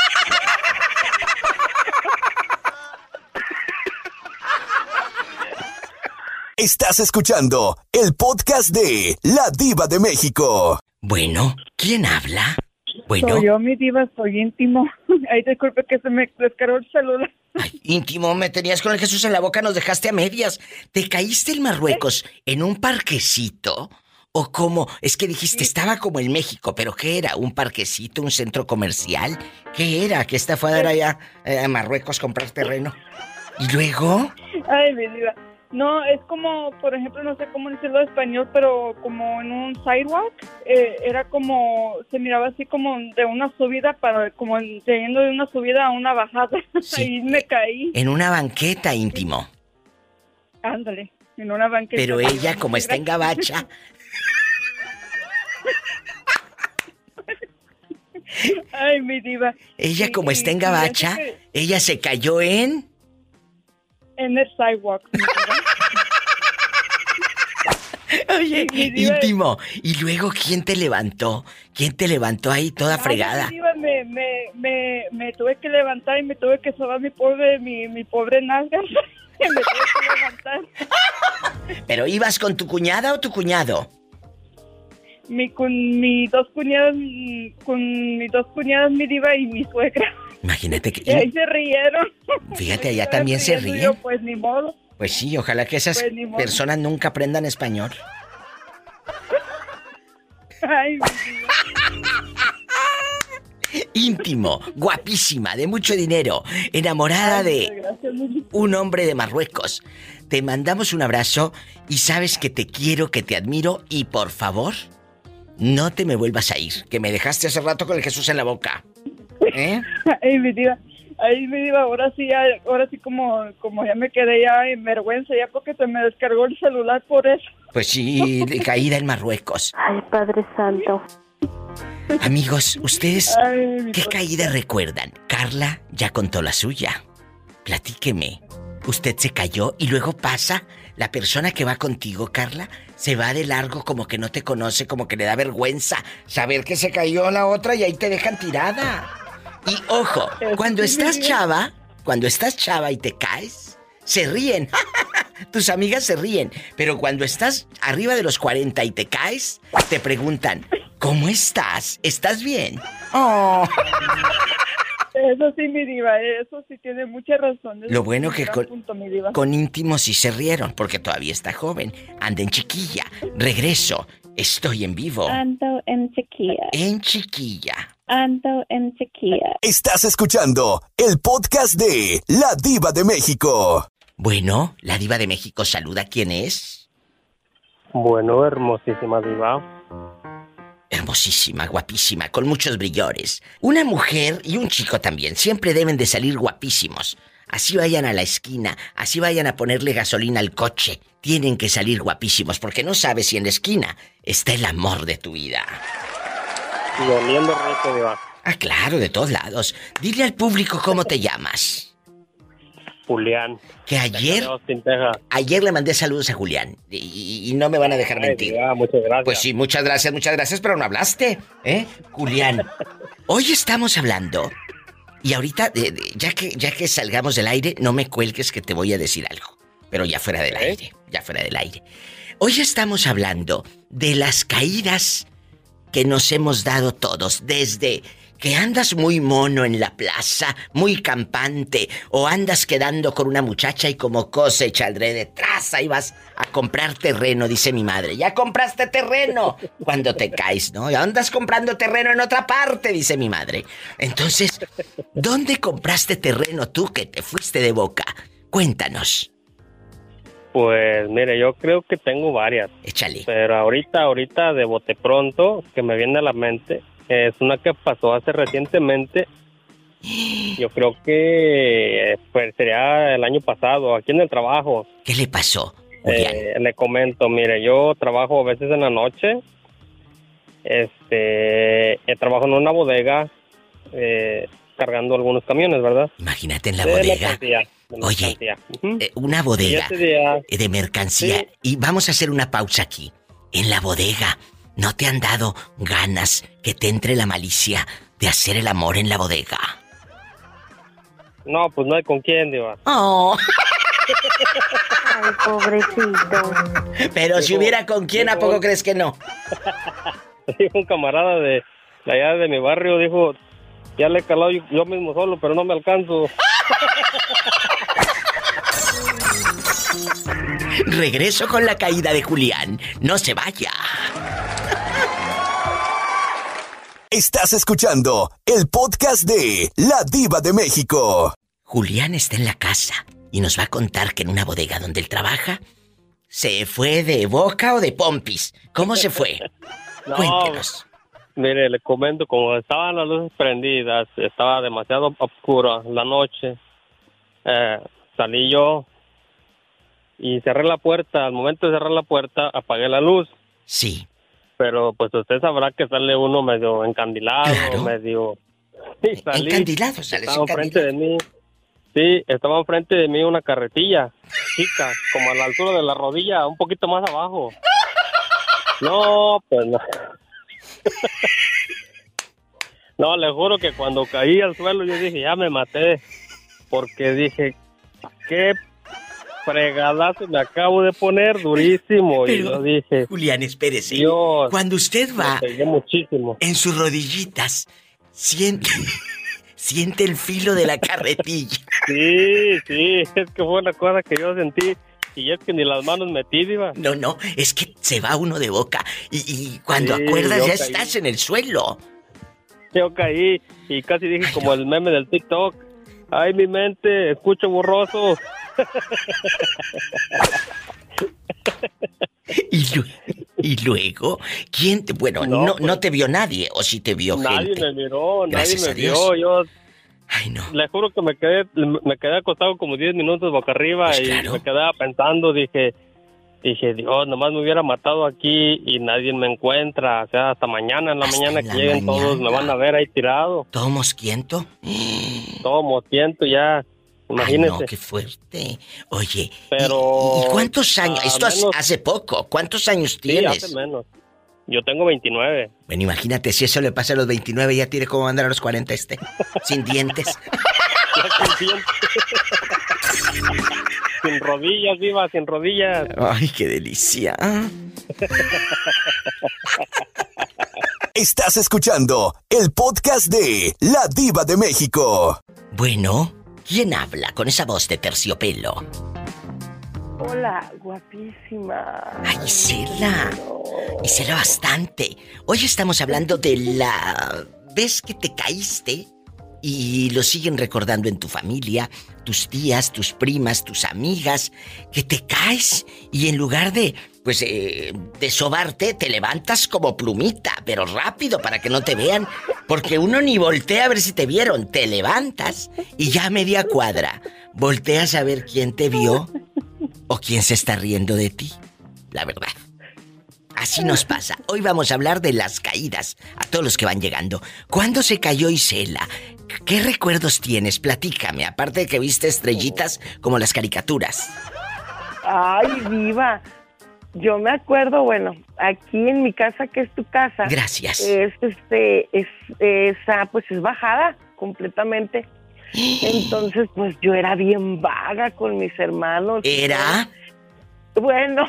Estás escuchando el podcast de La Diva de México. Bueno, ¿quién habla? Bueno. Soy yo, mi diva, soy íntimo. Ay, disculpe que se me descargó el celular. Ay, íntimo, me tenías con el Jesús en la boca, nos dejaste a medias. ¿Te caíste en Marruecos en un parquecito? ¿O cómo? Es que dijiste, estaba como en México, ¿pero qué era? ¿Un parquecito, un centro comercial? ¿Qué era? ¿Que esta fue a dar allá a Marruecos a comprar terreno? ¿Y luego? Ay, mi diva. No, es como, por ejemplo, no sé cómo decirlo en español, pero como en un sidewalk, era como, se miraba así como de una subida como yendo de una subida a una bajada. Sí. Ahí me caí. En una banqueta, íntimo. Ándale, en una banqueta. Pero ella, como está en gabacha... Ay, mi diva. Ella, como está en gabacha, ella se cayó en el sidewalk. Oye, íntimo. ¿Y luego quién te levantó? ¿Quién te levantó ahí toda fregada? Mi diva, me tuve que levantar y me tuve que sobar mi pobre nalga. Me tuve que levantar. ¿Pero ibas con tu cuñada o tu cuñado? Con mis dos cuñadas, mi diva, y mi suegra. Imagínate que... Y ahí se rieron. Fíjate, allá también se ríen. Yo, pues ni modo. Pues sí, ojalá que esas personas nunca aprendan español. Ay, mi diva. Íntimo, guapísima, de mucho dinero, enamorada de un hombre de Marruecos. Te mandamos un abrazo y sabes que te quiero, que te admiro y por favor, no te me vuelvas a ir, que me dejaste hace rato con el Jesús en la boca. Ay, mi diva, ahora sí como ya me quedé ya en vergüenza, ya porque se me descargó el celular por eso. Pues sí, caída en Marruecos. Ay, Padre Santo. Amigos, ¿ustedes qué caída recuerdan? Carla ya contó la suya. Platíqueme. Usted se cayó y luego pasa la persona que va contigo, Carla, se va de largo como que no te conoce, como que le da vergüenza saber que se cayó la otra y ahí te dejan tirada. Y ojo, cuando estás chava y te caes, se ríen. Tus amigas se ríen. Pero cuando estás arriba de los 40 y te caes, te preguntan, ¿cómo estás? ¿Estás bien? Oh. Eso sí, mi diva, eso sí tiene mucha razón. Lo bueno que mi diva. con íntimos sí se rieron, porque todavía está joven. Anda en chiquilla. Regreso. Estoy en vivo. Ando en chiquilla. En chiquilla. Ando en chiquilla. Estás escuchando el podcast de La Diva de México. Bueno, la Diva de México saluda. ¿Quién es? Bueno, hermosísima diva. Hermosísima, guapísima, con muchos brillores. Una mujer y un chico también siempre deben de salir guapísimos. Así vayan a la esquina, así vayan a ponerle gasolina al coche. Tienen que salir guapísimos porque no sabes si en la esquina está el amor de tu vida. Y oliendo rico, diva. Ah, claro, de todos lados. Dile al público cómo te llamas. Julián. Que ayer le mandé saludos a Julián y no me van a dejar mentir. Diva, muchas gracias. Pues sí, muchas gracias, pero no hablaste, ¿eh? Julián, hoy estamos hablando y ahorita, ya que salgamos del aire, no me cuelgues que te voy a decir algo, pero ya fuera del aire. Hoy estamos hablando de las caídas que nos hemos dado todos, desde que andas muy mono en la plaza, muy campante, o andas quedando con una muchacha y como cosecha adrede, traza y vas a comprar terreno, dice mi madre. ¡Ya compraste terreno! Cuando te caes, ¿no? Andas comprando terreno en otra parte, dice mi madre. Entonces, ¿dónde compraste terreno tú que te fuiste de boca? Cuéntanos. Pues mire, yo creo que tengo varias. Échale. Pero ahorita de bote pronto, que me viene a la mente, es una que pasó hace recientemente. Yo creo que pues sería el año pasado, aquí en el trabajo. ¿Qué le pasó, Julián? Le comento, mire, yo trabajo a veces en la noche. Trabajo en una bodega, cargando algunos camiones, ¿verdad? Imagínate en la bodega. Oye, una bodega de mercancía. Sí. Y vamos a hacer una pausa aquí. En la bodega, ¿no te han dado ganas que te entre la malicia de hacer el amor en la bodega? No, pues no hay con quién, diva. Oh. Ay, pobrecito. Pero si hubiera con quién, ¿a poco crees que no? Un camarada de allá de mi barrio dijo, ya le he calado yo mismo solo, pero no me alcanzo. Regreso con la caída de Julián. No se vaya. Estás escuchando el podcast de La Diva de México. Julián está en la casa y nos va a contar que en una bodega donde él trabaja, ¿se fue de boca o de pompis? ¿Cómo se fue? No, cuéntenos. Mire, le comento, como estaban las luces prendidas, estaba demasiado oscura la noche. Salí yo y cerré la puerta. Al momento de cerrar la puerta, apagué la luz. Sí. Pero pues usted sabrá que sale uno medio encandilado, claro. medio... Sí, salí. Encandilado, sales estaba enfrente de mí. Sí, estaba enfrente de mí una carretilla chica, como a la altura de la rodilla, un poquito más abajo. No, pues no. No, le juro que cuando caí al suelo yo dije, ya me maté. Porque dije, qué fregadazo me acabo de poner, durísimo. Pero, y yo dije, Julián, espérese. Dios, cuando usted va muchísimo en sus rodillitas, siente el filo de la carretilla. Sí, es que fue una cosa que yo sentí. Y es que ni las manos metí, diva. No, es que se va uno de boca. Y cuando acuerdas ya caí. Estás en el suelo. Yo caí y casi dije como el meme del TikTok. Ay, mi mente, escucho borroso. Y luego, ¿quién te... Bueno, no te vio nadie, o sí te vio nadie gente. Nadie me miró, gracias nadie me vio. Yo, ay, no. Le juro que me quedé acostado como 10 minutos boca arriba pues y claro. Me quedaba pensando, dije, Dios, nomás me hubiera matado aquí y nadie me encuentra. O sea, hasta mañana en la mañana que lleguen todos me van a ver ahí tirado. ¿Todo mosquiento? Todo mosquiento ya. Imagínese. Ay, no, qué fuerte. Oye, Pero... ¿y cuántos años? Esto menos... hace poco. ¿Cuántos años Sí, tienes? hace menos. Yo tengo 29. Bueno, imagínate, si eso le pasa a los 29, ya tiene como andar a los 40 sin dientes. Sin rodillas, viva, sin rodillas. Ay, qué delicia. Estás escuchando el podcast de La Diva de México. Bueno, ¿quién habla con esa voz de terciopelo? Hola, guapísima. Ay, Isela. Isela bastante. Hoy estamos hablando de la vez que te caíste y lo siguen recordando en tu familia, tus tías, tus primas, tus amigas, que te caes y en lugar de, pues, de sobarte, te levantas como plumita, pero rápido para que no te vean, porque uno ni voltea a ver si te vieron, te levantas y ya a media cuadra volteas a ver quién te vio o quién se está riendo de ti, la verdad. Así nos pasa. Hoy vamos a hablar de las caídas a todos los que van llegando. ¿Cuándo se cayó Isela? ¿Qué recuerdos tienes? Platícame, aparte de que viste estrellitas como las caricaturas. Ay, Diva. Yo me acuerdo, bueno, aquí en mi casa, que es tu casa. Gracias. Pues es bajada completamente. Entonces, pues yo era bien vaga con mis hermanos. ¿Era? Bueno.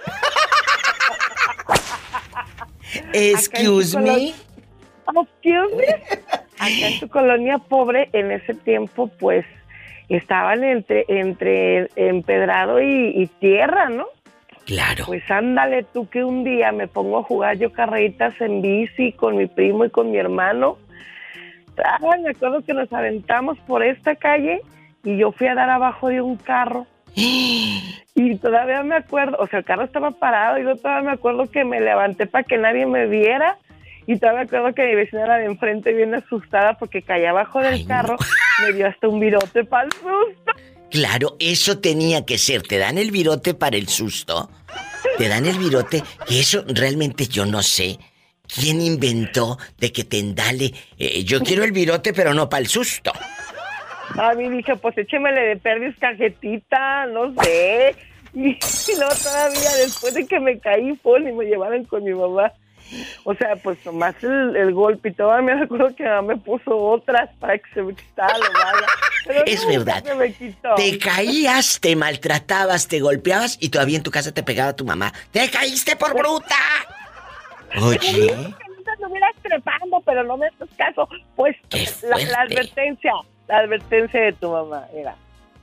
Excuse me. Excuse me. Acá en tu colonia pobre, en ese tiempo, pues, estaban entre empedrado y tierra, ¿no? Claro. Pues ándale tú que un día me pongo a jugar yo carreritas en bici con mi primo y con mi hermano. Ay, me acuerdo que nos aventamos por esta calle y yo fui a dar abajo de un carro. Y todavía me acuerdo, o sea, el carro estaba parado y yo todavía me acuerdo que me levanté para que nadie me viera. Y todavía me acuerdo que mi vecina era de enfrente bien asustada porque caía abajo del carro. Me dio hasta un virote para el susto. Claro, eso tenía que ser. Te dan el virote para el susto. Te dan el virote. Y eso realmente yo no sé quién inventó de que te endale. Yo quiero el virote, pero no para el susto. A mí dije, pues échemele de perdiz cajetita, no sé. Y luego todavía después de que me caí, y me llevaron con mi mamá. O sea, pues nomás el golpe y todavía me acuerdo que mi mamá me puso otras para que se me quitara lo mala. Pero es no, verdad. Se me quitó. Te caías, te maltratabas, te golpeabas y todavía en tu casa te pegaba tu mamá. ¡Te caíste por bruta! Oye. No hubieras trepando, pero no me haces caso. Pues la advertencia de tu mamá era: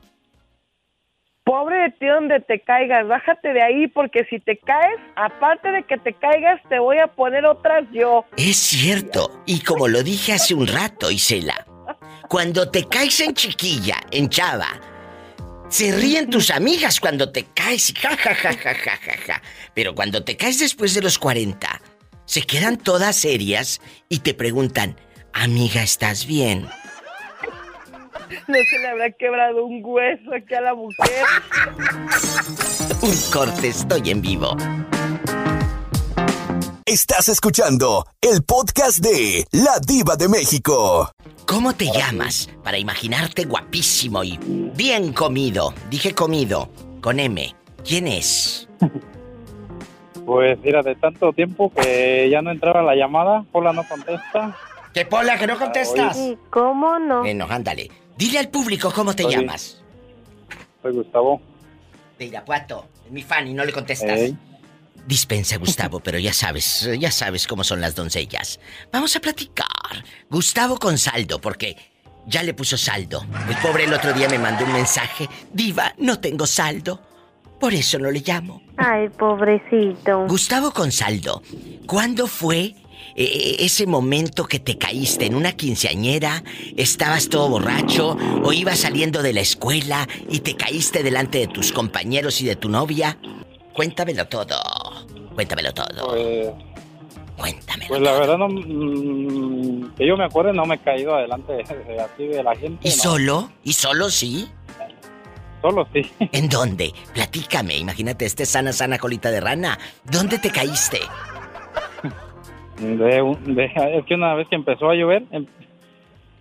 pobre de ti donde te caigas, bájate de ahí porque si te caes, aparte de que te caigas, te voy a poner otras yo. Es cierto, y como lo dije hace un rato, Isela, cuando te caes en chiquilla, en chava, se ríen tus amigas cuando te caes y ja, ja, ja, ja, ja, ja, ja. Pero cuando te caes después de los 40, se quedan todas serias y te preguntan: amiga, ¿estás bien? No se le habrá quebrado un hueso aquí a la mujer. Un corte, estoy en vivo. Estás escuchando el podcast de La Diva de México. ¿Cómo te llamas? Para imaginarte guapísimo y bien comido. Dije comido, con M. ¿Quién es? Pues mira, de tanto tiempo que ya no entraba la llamada, Pola no contesta. ¿Qué, Pola, que no contestas? ¿Y cómo no? Bueno, ándale. Dile al público cómo te llamas. Soy Gustavo. De Irapuato. Es mi fan y no le contestas. Dispensa, Gustavo, pero ya sabes cómo son las doncellas. Vamos a platicar. Gustavo con saldo, porque ya le puso saldo. El pobre el otro día me mandó un mensaje: Diva, no tengo saldo. Por eso no le llamo. Ay, pobrecito. Gustavo con saldo. ¿Cuándo fue ese momento que te caíste? ¿En una quinceañera? ¿Estabas todo borracho? ¿O ibas saliendo de la escuela y te caíste delante de tus compañeros y de tu novia? Cuéntamelo todo. Cuéntamelo todo. Cuéntamelo. Pues la verdad, no, que yo me acuerdo, no me he caído adelante de la gente. ¿Y no. solo? ¿Y solo sí? Solo sí. ¿En dónde? Platícame. Imagínate, sana colita de rana. ¿Dónde te caíste? Es que una vez que empezó a llover,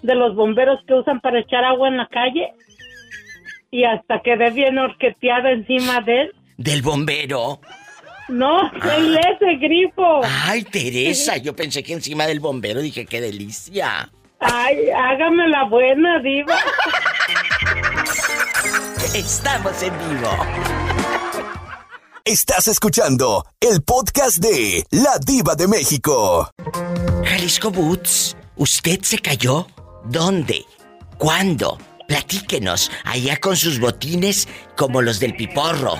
de los bomberos que usan para echar agua en la calle. Y hasta quedé bien horqueteada encima de él. ¿Del bombero? No, el ese grifo. Ay, Teresa, yo pensé que encima del bombero, dije, qué delicia. Ay, hágame la buena, diva. Estamos en vivo. Estás escuchando el podcast de La Diva de México. Jalisco Boots, ¿usted se cayó? ¿Dónde? ¿Cuándo? Platíquenos, allá con sus botines como los del Piporro.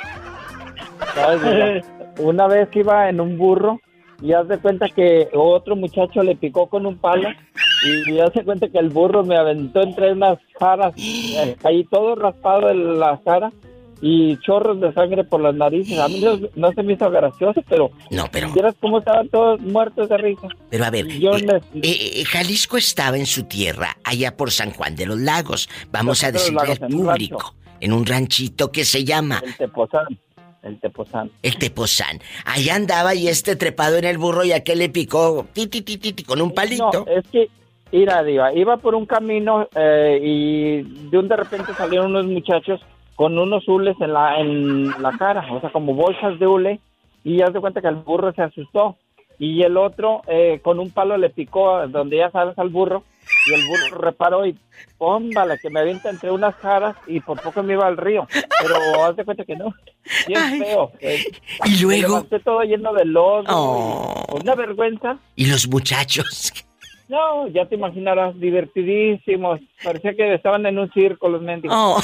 Una vez que iba en un burro y haz de cuenta que otro muchacho le picó con un palo y haz de cuenta que el burro me aventó entre unas jaras, caí todo raspado en la cara y chorros de sangre por las narices. A mí no se me hizo gracioso, pero... No, pero... ¿Vieras cómo estaban todos muertos de risa? Pero a ver, Jalisco estaba en su tierra, allá por San Juan de los Lagos. Vamos a decirle al público, en un ranchito que se llama... El Tepozán. El Tepozán. Allá andaba y trepado en el burro y aquel le picó con un palito. No, es que, mira, Diva, iba por un camino y de repente salieron unos muchachos con unos hules en la cara, o sea, como bolsas de hule, y ya se cuenta que el burro se asustó. Y el otro con un palo le picó donde ya sabes al burro, y el burro reparó y pómbala, que me avienta entre unas jaras y por poco me iba al río. Pero haz de cuenta que no. Bien feo. Y luego... Me levanté todo lleno de lodo. Una vergüenza. ¿Y los muchachos? No, ya te imaginarás, divertidísimos. Parecía que estaban en un circo los mendigos.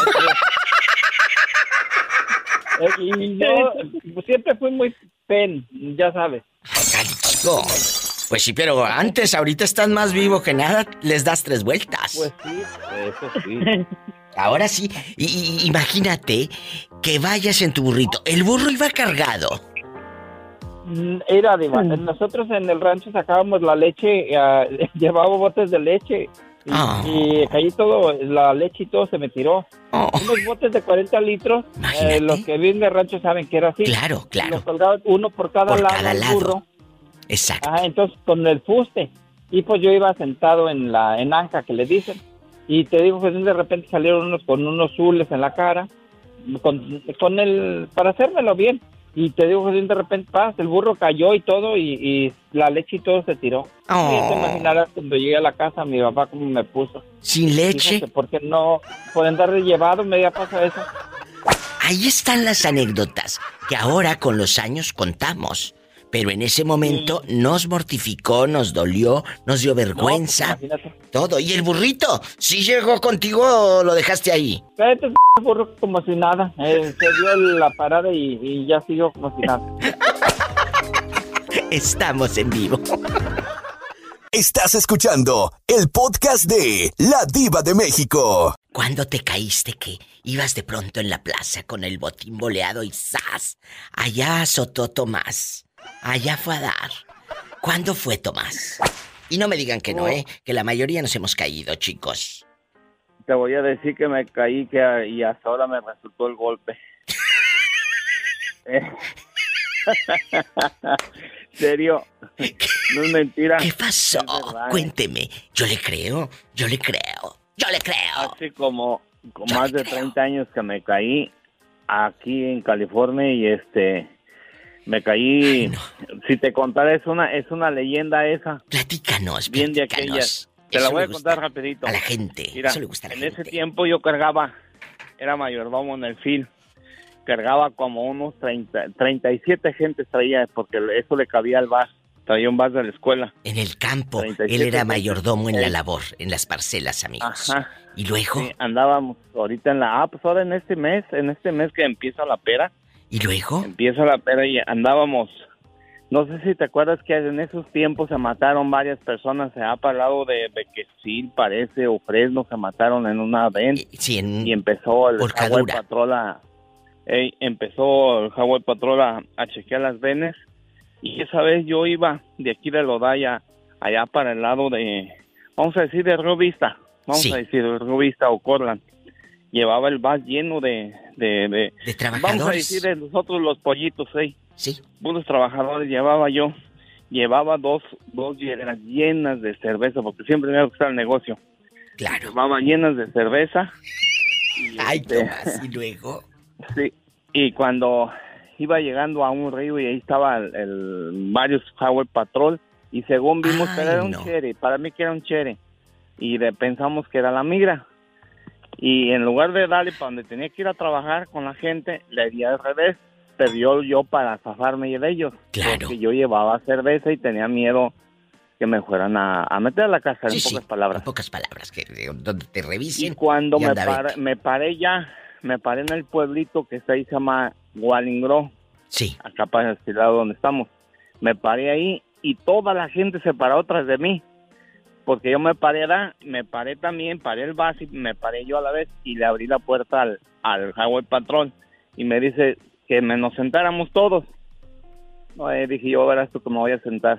Y yo siempre fui muy ya sabes. Jalisco. Pues sí, pero ahorita estás más vivo que nada, les das 3 vueltas. Pues sí, eso sí. Ahora sí, imagínate que vayas en tu burrito. El burro iba cargado. Era, Diva, nosotros en el rancho sacábamos la leche, llevaba botes de leche. Y caí todo, la leche y todo se me tiró. Unos botes de 40 litros, los que viven de rancho saben que era así. Claro. Los colgaban uno por cada lado del burro. Exacto. Entonces con el fuste. Y pues yo iba sentado en anca, que le dicen. Y te digo que de repente salieron unos con unos hules en la cara, para hacérmelo bien. Y te digo que de repente el burro cayó y todo, y la leche y todo se tiró. Y te imaginarás cuando llegué a la casa mi papá cómo me puso. ¿Sin leche? Fíjate, porque no, por andar de llevado me había pasado eso. Ahí están las anécdotas que ahora con los años contamos. Pero en ese momento nos mortificó, nos dolió, nos dio vergüenza, todo. ¿Y el burrito? ¿Sí llegó contigo o lo dejaste ahí? El burro como si nada. Se dio la parada y ya siguió como si nada. Estamos en vivo. Estás escuchando el podcast de La Diva de México. ¿Cuándo te caíste que ibas de pronto en la plaza con el botín boleado y ¡zas! Allá azotó Tomás. Allá fue a dar. ¿Cuándo fue, Tomás? Y no me digan que no, que la mayoría nos hemos caído, chicos. Te voy a decir que me caí y hasta ahora me resultó el golpe. ¿Serio? No es mentira. ¿Qué pasó? Cuénteme. Yo le creo. Hace como más de 30 años que me caí aquí en California y me caí. No. Si te contara, es una leyenda esa. Platícanos. Bien de aquellas. Te la voy a contar rapidito. A la gente. Mira, eso le gusta a la gente. Ese tiempo yo era mayordomo en el field. Cargaba como unos 37 gentes traía, porque eso le cabía al bar. Traía un bar de la escuela. En el campo. Él era mayordomo en la labor, en las parcelas, amigos. Ajá. ¿Y luego? Sí, andábamos ahorita pues ahora en este mes que empieza la pera. ¿Y luego? Empieza la pera y andábamos. No sé si te acuerdas que en esos tiempos se mataron varias personas. Se ha hablado de Bequesil, parece, o Fresno, se mataron en una ven. Sí, y empezó el Highway Patrol a chequear las venes. Y esa vez yo iba de aquí de Lodaya allá para el lado de, vamos a decir, de Río Vista. Sí. A decir de Río Vista o Cortland. Llevaba el bus lleno de trabajadores. Vamos a decir de nosotros los pollitos, Sí. Unos trabajadores llevaba yo. llevaba dos hieleras llenas de cerveza, porque siempre me ha gustado el negocio. Claro. Llevaba llenas de cerveza. Ay, Tomás, ¿y luego? Sí, y cuando iba llegando a un río y ahí estaba varios Highway Patrol, y según vimos que era un chere, para mí que era un chere, y pensamos que era la migra. Y en lugar de darle para donde tenía que ir a trabajar con la gente, le di al revés. Perdió yo para zafarme de ellos. Claro. Porque yo llevaba cerveza y tenía miedo que me fueran a meter a la casa, en pocas palabras. En pocas palabras, que donde te revisen. Y cuando y me paré en el pueblito que está ahí, se llama Wallingrow. Sí. Acá para este lado donde estamos. Me paré ahí y toda la gente se paró tras de mí. Porque yo me paré también, paré el bus y me paré yo a la vez y le abrí la puerta al Highway Patrol y me dice que nos sentáramos todos. No, dije yo, verás tú que me voy a sentar.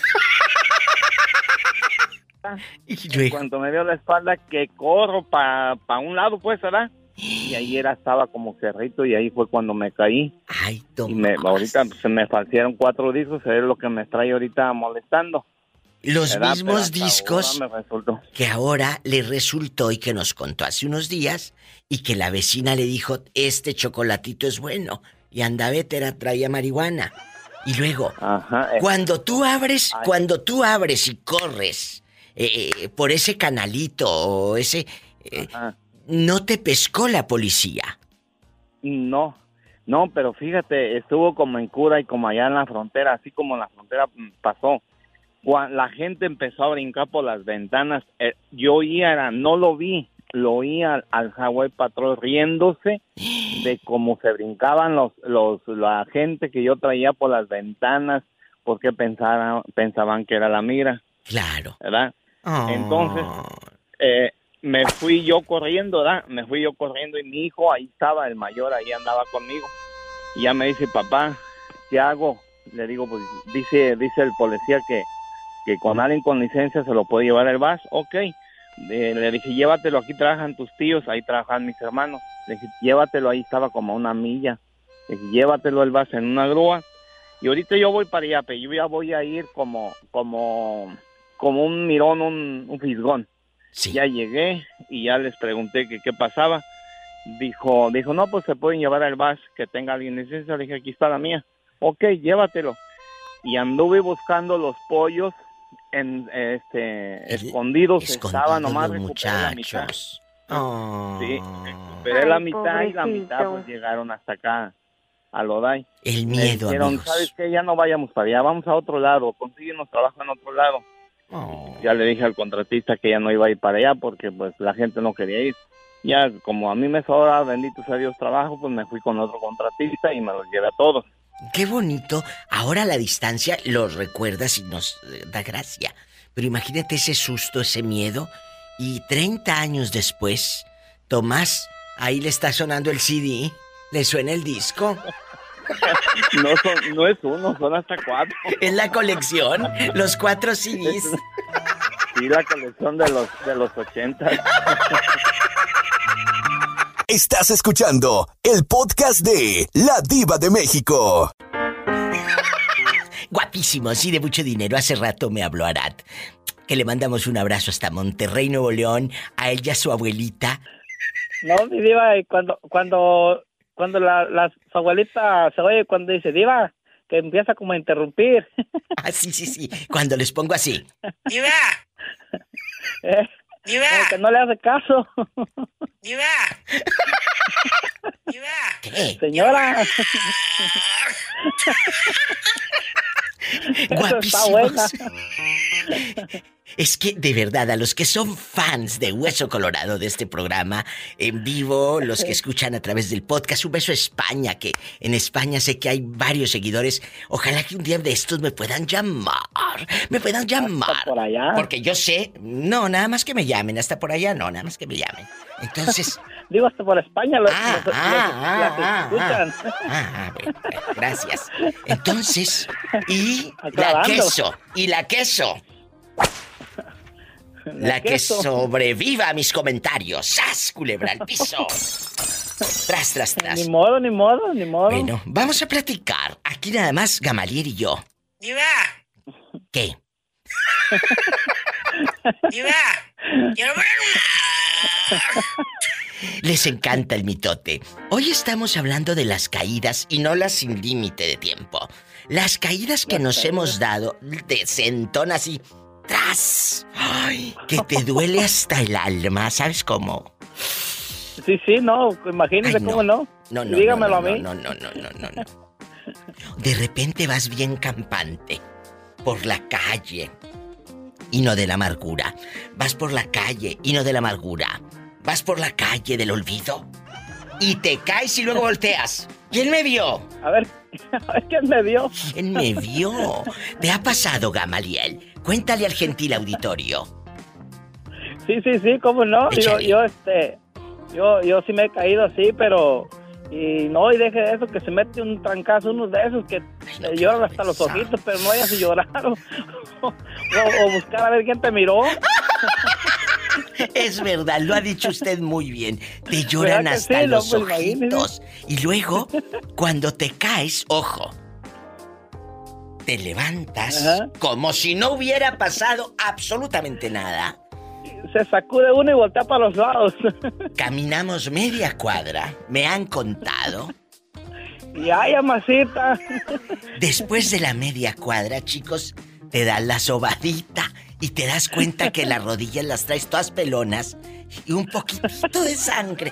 En cuanto me dio la espalda, que corro para un lado, pues, ¿verdad? Y ahí estaba como cerrito y ahí fue cuando me caí. Ay, ahorita se me falsearon 4 discos, es lo que me trae ahorita molestando. Los mismos discos que ahora le resultó y que nos contó hace unos días y que la vecina le dijo, este chocolatito es bueno. Y Andavétera traía marihuana. Y luego, cuando tú abres y corres por ese canalito o ese... ¿no te pescó la policía? No, pero fíjate, estuvo como en cura y como allá en la frontera, así como en la frontera pasó. Cuando la gente empezó a brincar por las ventanas, yo oía, no lo vi, lo oía al Highway Patrol riéndose de cómo se brincaban la gente que yo traía por las ventanas, porque pensaban que era la migra. Claro. ¿Verdad? Entonces, me fui yo corriendo, ¿verdad? Me fui yo corriendo y mi hijo ahí estaba, el mayor, ahí andaba conmigo. Y ya me dice, papá, ¿qué hago? Le digo, pues dice el policía que con alguien con licencia se lo puede llevar el bus. Ok. Le dije, llévatelo, aquí trabajan tus tíos, ahí trabajan mis hermanos. Le dije, llévatelo, ahí estaba como a 1 milla. Le dije, llévatelo el bus en una grúa. Y ahorita yo voy para allá, pero yo ya voy a ir como un mirón, un fisgón. Sí. Ya llegué y ya les pregunté que qué pasaba. Dijo, no, pues se pueden llevar al bus que tenga alguien licencia. Le dije, aquí está la mía. Ok, llévatelo. Y anduve buscando los pollos escondidos. Estaba nomás recuperé la mitad. Sí, recuperé la mitad y la mitad pues llegaron hasta acá a Lodi. El miedo, dijeron, amigos. ¿sabes qué? Ya no vayamos para allá, vamos a otro lado, consíguenos trabajo en otro lado. Ya le dije al contratista que ya no iba a ir para allá porque pues la gente no quería ir. Ya como a mí me sobra, bendito sea Dios, trabajo, pues me fui con otro contratista y me los llevé a todos. Qué bonito. Ahora a la distancia los recuerdas y nos da gracia. Pero imagínate ese susto, ese miedo. Y 30 años después, Tomás, ahí le está sonando el CD. ¿Le suena el disco? No es uno, son hasta 4. Es la colección, los 4 CDs. Sí, la colección de los 80. Estás escuchando el podcast de La Diva de México. Guapísimos y de mucho dinero. Hace rato me habló Arat, que le mandamos un abrazo hasta Monterrey, Nuevo León, a él y a su abuelita. No, mi diva, cuando su abuelita se oye cuando dice diva, que empieza como a interrumpir. Ah, sí, cuando les pongo así. ¡Diva! ¡Diva! Que no le hace caso. ¡Diva! ¡Diva! ¿Qué? Señora. Guapísimos. Es que, de verdad, a los que son fans de Hueso Colorado de este programa, en vivo, los que escuchan a través del podcast, un beso a España, que en España sé que hay varios seguidores. Ojalá que un día de estos me puedan llamar. ¿Hasta por allá? Porque yo sé, no, nada más que me llamen, hasta por allá no, nada más que me llamen. Entonces... Digo, hasta por España los escuchan. Bueno, gracias. Entonces, y la queso. La que sobreviva a mis comentarios. ¡Sas, culebra al piso! Tras. Ni modo. Bueno, vamos a platicar. Aquí nada más Gamaliel y yo. ¡Diva! ¿Qué? Les encanta el mitote. Hoy estamos hablando de las caídas y no las sin límite de tiempo. Las caídas que nos hemos dado de sentón así, ¡tras! ¡Ay! Que te duele hasta el alma, ¿sabes cómo? Sí, no, imagínese. Ay, no. ¿Cómo no? No, dígamelo a mí. No. De repente vas bien campante por la calle y no de la amargura. Vas por la calle y no de la amargura. Vas por la calle del olvido y te caes y luego volteas. ¿Quién me vio? A ver, ¿quién me vio? ¿Quién me vio? ¿Te ha pasado, Gamaliel? Cuéntale al gentil auditorio. Sí, ¿cómo no? Yo sí me he caído así, pero... Y deje de eso, que se mete un trancazo, uno de esos que te lloran hasta los ojitos, pero no vayas a llorar o buscar a ver quién te miró. Es verdad, lo ha dicho usted muy bien. Te lloran hasta los ojitos. Y luego, cuando te caes, ojo, te levantas como si no hubiera pasado absolutamente nada. Se sacude uno y voltea para los lados. Caminamos media cuadra, me han contado. Y ay, amasita. Después de la media cuadra, chicos, te dan la sobadita y te das cuenta que las rodillas las traes todas pelonas y un poquitito de sangre.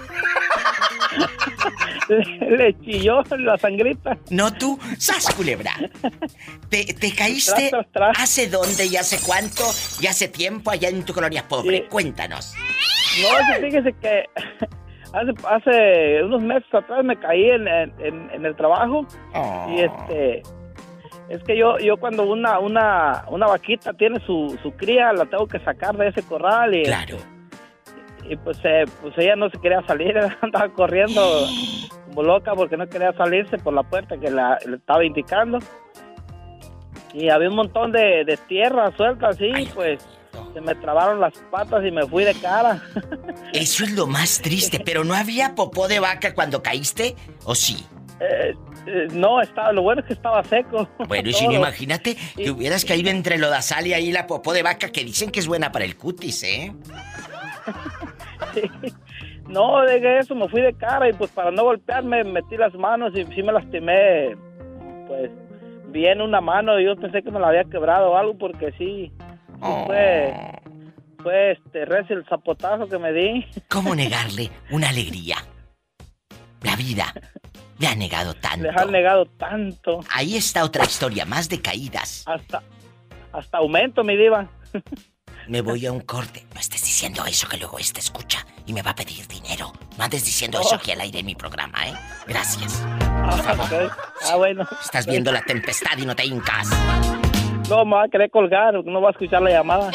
Le chilló la sangrita. No tú, ¡sas, culebra! ¿Te caíste tras. ¿Hace dónde y hace cuánto y hace tiempo allá en tu colonia pobre? Sí. Cuéntanos. No, fíjese que hace unos meses atrás me caí en el trabajo. Oh. Y es que yo cuando una vaquita tiene su cría, la tengo que sacar de ese corral y... Claro. Y pues ella no se quería salir, andaba corriendo como loca porque no quería salirse por la puerta que le estaba indicando. Y había un montón de tierra suelta así, pues se me trabaron las patas y me fui de cara. Eso es lo más triste, pero ¿no había popó de vaca cuando caíste? ¿O sí? No, lo bueno es que estaba seco. Bueno, y si no, imagínate que hubieras caído entre lodazal y ahí la popó de vaca que dicen que es buena para el cutis, ¿eh? Sí. No, de eso me fui de cara y pues para no golpearme metí las manos y sí me lastimé, pues bien una mano y yo pensé que me la había quebrado o algo porque sí fue recio el zapotazo que me di. ¿Cómo negarle una alegría? La vida le ha negado tanto. Le han negado tanto. Ahí está otra historia más de caídas. Hasta aumento, mi diva. Me voy a un corte. No estés diciendo eso que luego escucha y me va a pedir dinero. No andes diciendo eso aquí al aire en mi programa, ¿eh? Gracias. Por favor. Okay. Bueno. Estás viendo la tempestad y no te hincas. No, me va a querer colgar, no va a escuchar la llamada.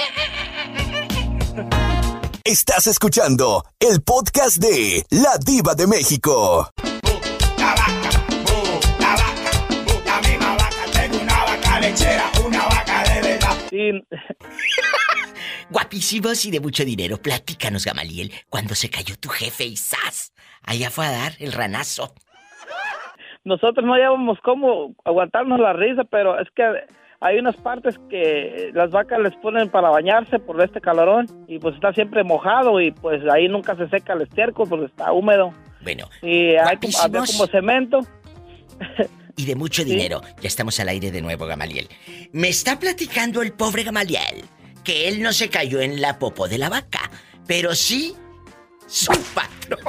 Estás escuchando el podcast de La Diva de México. La vaca, la misma vaca, tengo una vaca lechera, una vaca de verdad. Sí. Guapísimos y de mucho dinero. Platícanos, Gamaliel, cuando se cayó tu jefe y ¡zas! Allá fue a dar el ranazo. Nosotros no hallábamos cómo aguantarnos la risa, pero es que hay unas partes que las vacas les ponen para bañarse por este calorón y pues está siempre mojado y pues ahí nunca se seca el estiércol porque está húmedo. Bueno, y había como cemento. Y de mucho dinero. Ya estamos al aire de nuevo, Gamaliel. Me está platicando el pobre Gamaliel que él no se cayó en la popó de la vaca, pero sí su patrón.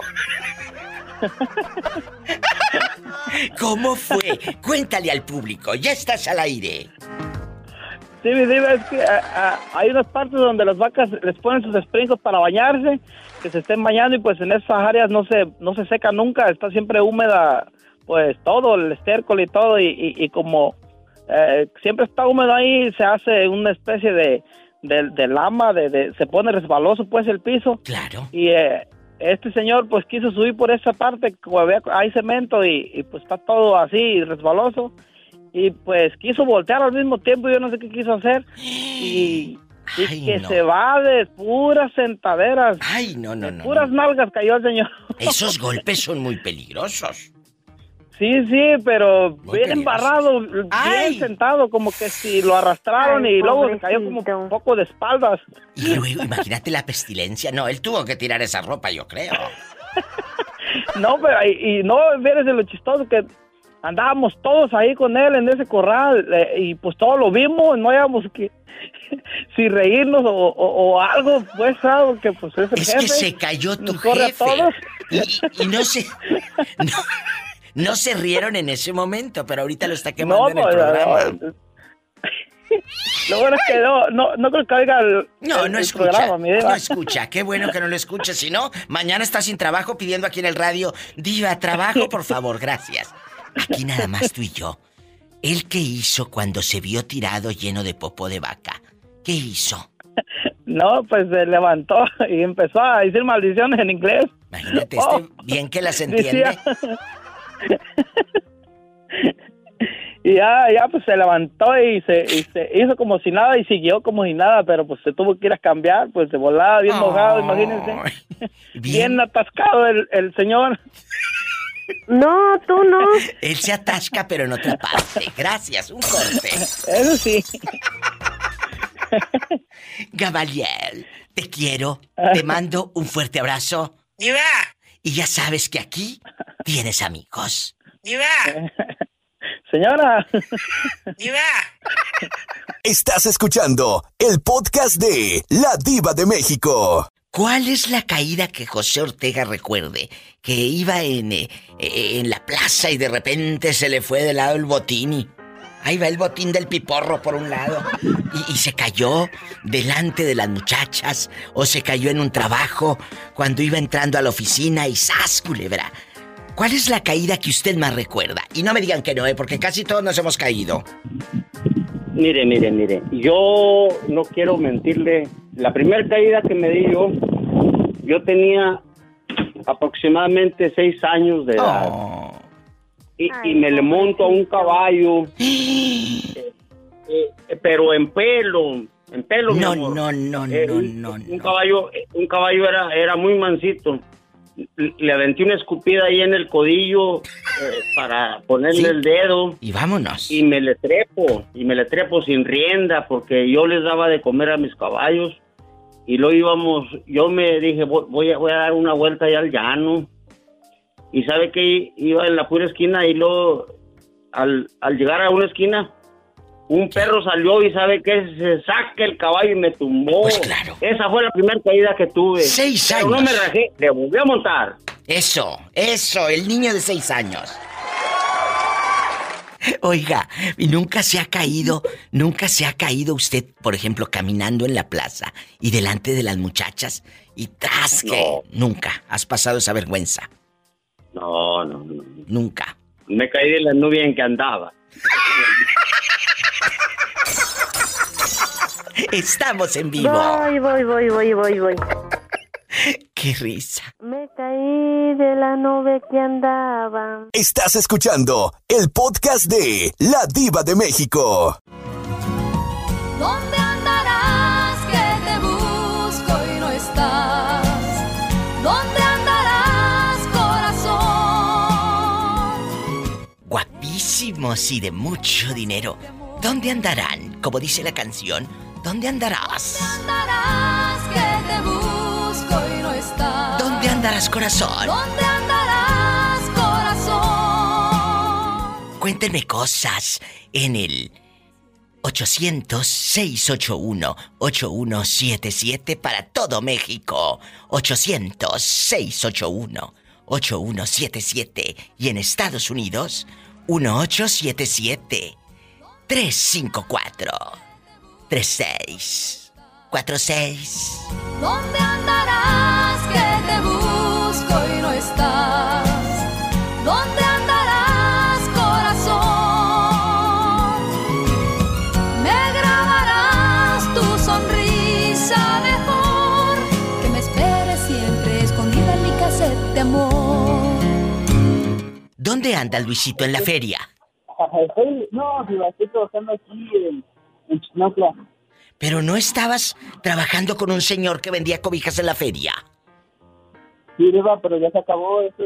¿Cómo fue? Cuéntale al público, ya estás al aire. Sí, mi diva, es que hay unas partes donde las vacas les ponen sus sprinkles para bañarse, que se estén bañando y pues en esas áreas no se seca nunca, está siempre húmeda, pues todo, el estiércol y todo, y como siempre está húmedo ahí, se hace una especie de lama, se pone resbaloso pues el piso. Claro. Y este señor pues quiso subir por esa parte, como hay cemento y pues está todo así resbaloso. Y pues quiso voltear al mismo tiempo, yo no sé qué quiso hacer. Y que se va de puras sentaderas. Ay, no. Puras nalgas cayó el señor. Esos golpes son muy peligrosos. Sí, pero bien embarrado, bien sentado, como que si lo arrastraron y luego se cayó como un poco de espaldas. Y luego, imagínate la pestilencia. No, él tuvo que tirar esa ropa, yo creo. No, pero y no, fíjese lo chistoso que andábamos todos ahí con él en ese corral y pues todos lo vimos, no habíamos que si reírnos o algo, pues algo que pues es el jefe. Es que se cayó tu corre jefe. A todos. Y no se... No se rieron en ese momento, pero ahorita lo está quemando en el programa. Lo bueno es que no creo que oiga el escucha, programa, mi diva. no escucha, qué bueno que no lo escucha, si no, mañana está sin trabajo pidiendo aquí en el radio, Diva, trabajo, por favor, gracias. Aquí nada más tú y yo. ¿Él qué hizo cuando se vio tirado lleno de popó de vaca? ¿Qué hizo? No, pues se levantó y empezó a decir maldiciones en inglés. Imagínate, bien que las entiende. Decía... Y ya pues se levantó y se hizo como si nada y siguió como si nada, pero pues se tuvo que ir a cambiar, pues de volada, bien mojado, imagínense. Bien atascado el señor. No, tú no. Él se atasca, pero en otra parte. Gracias, un corte. Eso sí. Gamaliel, te quiero, te mando un fuerte abrazo. ¡Diva! Y ya sabes que aquí tienes amigos. ¡Diva! Señora. ¡Diva! Estás escuchando el podcast de La Diva de México. ¿Cuál es la caída que José Ortega recuerde? Que iba en la plaza y de repente se le fue de lado el botín y... Ahí va el botín del piporro por un lado. Y se cayó delante de las muchachas. O se cayó en un trabajo cuando iba entrando a la oficina y ¡zas, culebra! ¿Cuál es la caída que usted más recuerda? Y no me digan que no, porque casi todos nos hemos caído. Mire. Yo no quiero mentirle. La primera caída que me di yo tenía aproximadamente 6 años de edad. Y me le monto a un caballo, pero en pelo, mi amor. No. Un caballo era muy mansito. Le aventé una escupida ahí en el codillo para ponerle el dedo. Y vámonos. Y me le trepo sin rienda porque yo les daba de comer a mis caballos. Y luego íbamos, yo me dije, voy a dar una vuelta allá al llano. Y sabe que iba en la pura esquina y luego al llegar a una esquina un perro salió y sabe que se saca el caballo y me tumbó. Pues claro. Esa fue la primera caída que tuve. 6 años. Pero no me rajé, le volví a montar. Eso, el niño de 6 años. Oiga, ¿y nunca se ha caído usted, por ejemplo, caminando en la plaza y delante de las muchachas y tras que nunca has pasado esa vergüenza? No. Nunca. Me caí de la nube en que andaba. Estamos en vivo. Voy. ¡Qué risa! Me caí de la nube que andaba. Estás escuchando el podcast de La Diva de México. ¿Dónde andarás que te busco y no estás? ¿Dónde andarás, corazón? Guapísimos y de mucho dinero. ¿Dónde andarán? Como dice la canción, ¿dónde andarás? ¿Dónde andarás que te busco y no estás? ¿Dónde andarás, corazón? ¿Dónde andarás, corazón? Cuéntenme cosas en el 800-681-8177 para todo México. 800-681-8177 y en Estados Unidos 1877-354-3646. ¿Dónde andarás que te busco y no estás? ¿Dónde andarás, corazón? Me grabarás tu sonrisa mejor, que me esperes siempre escondida en mi cassette de amor. ¿Dónde anda Luisito en la feria? No, si la estoy trabajando aquí en Chinapla. Pero no estabas trabajando con un señor que vendía cobijas en la feria. Sí, Eva, pero ya se acabó eso.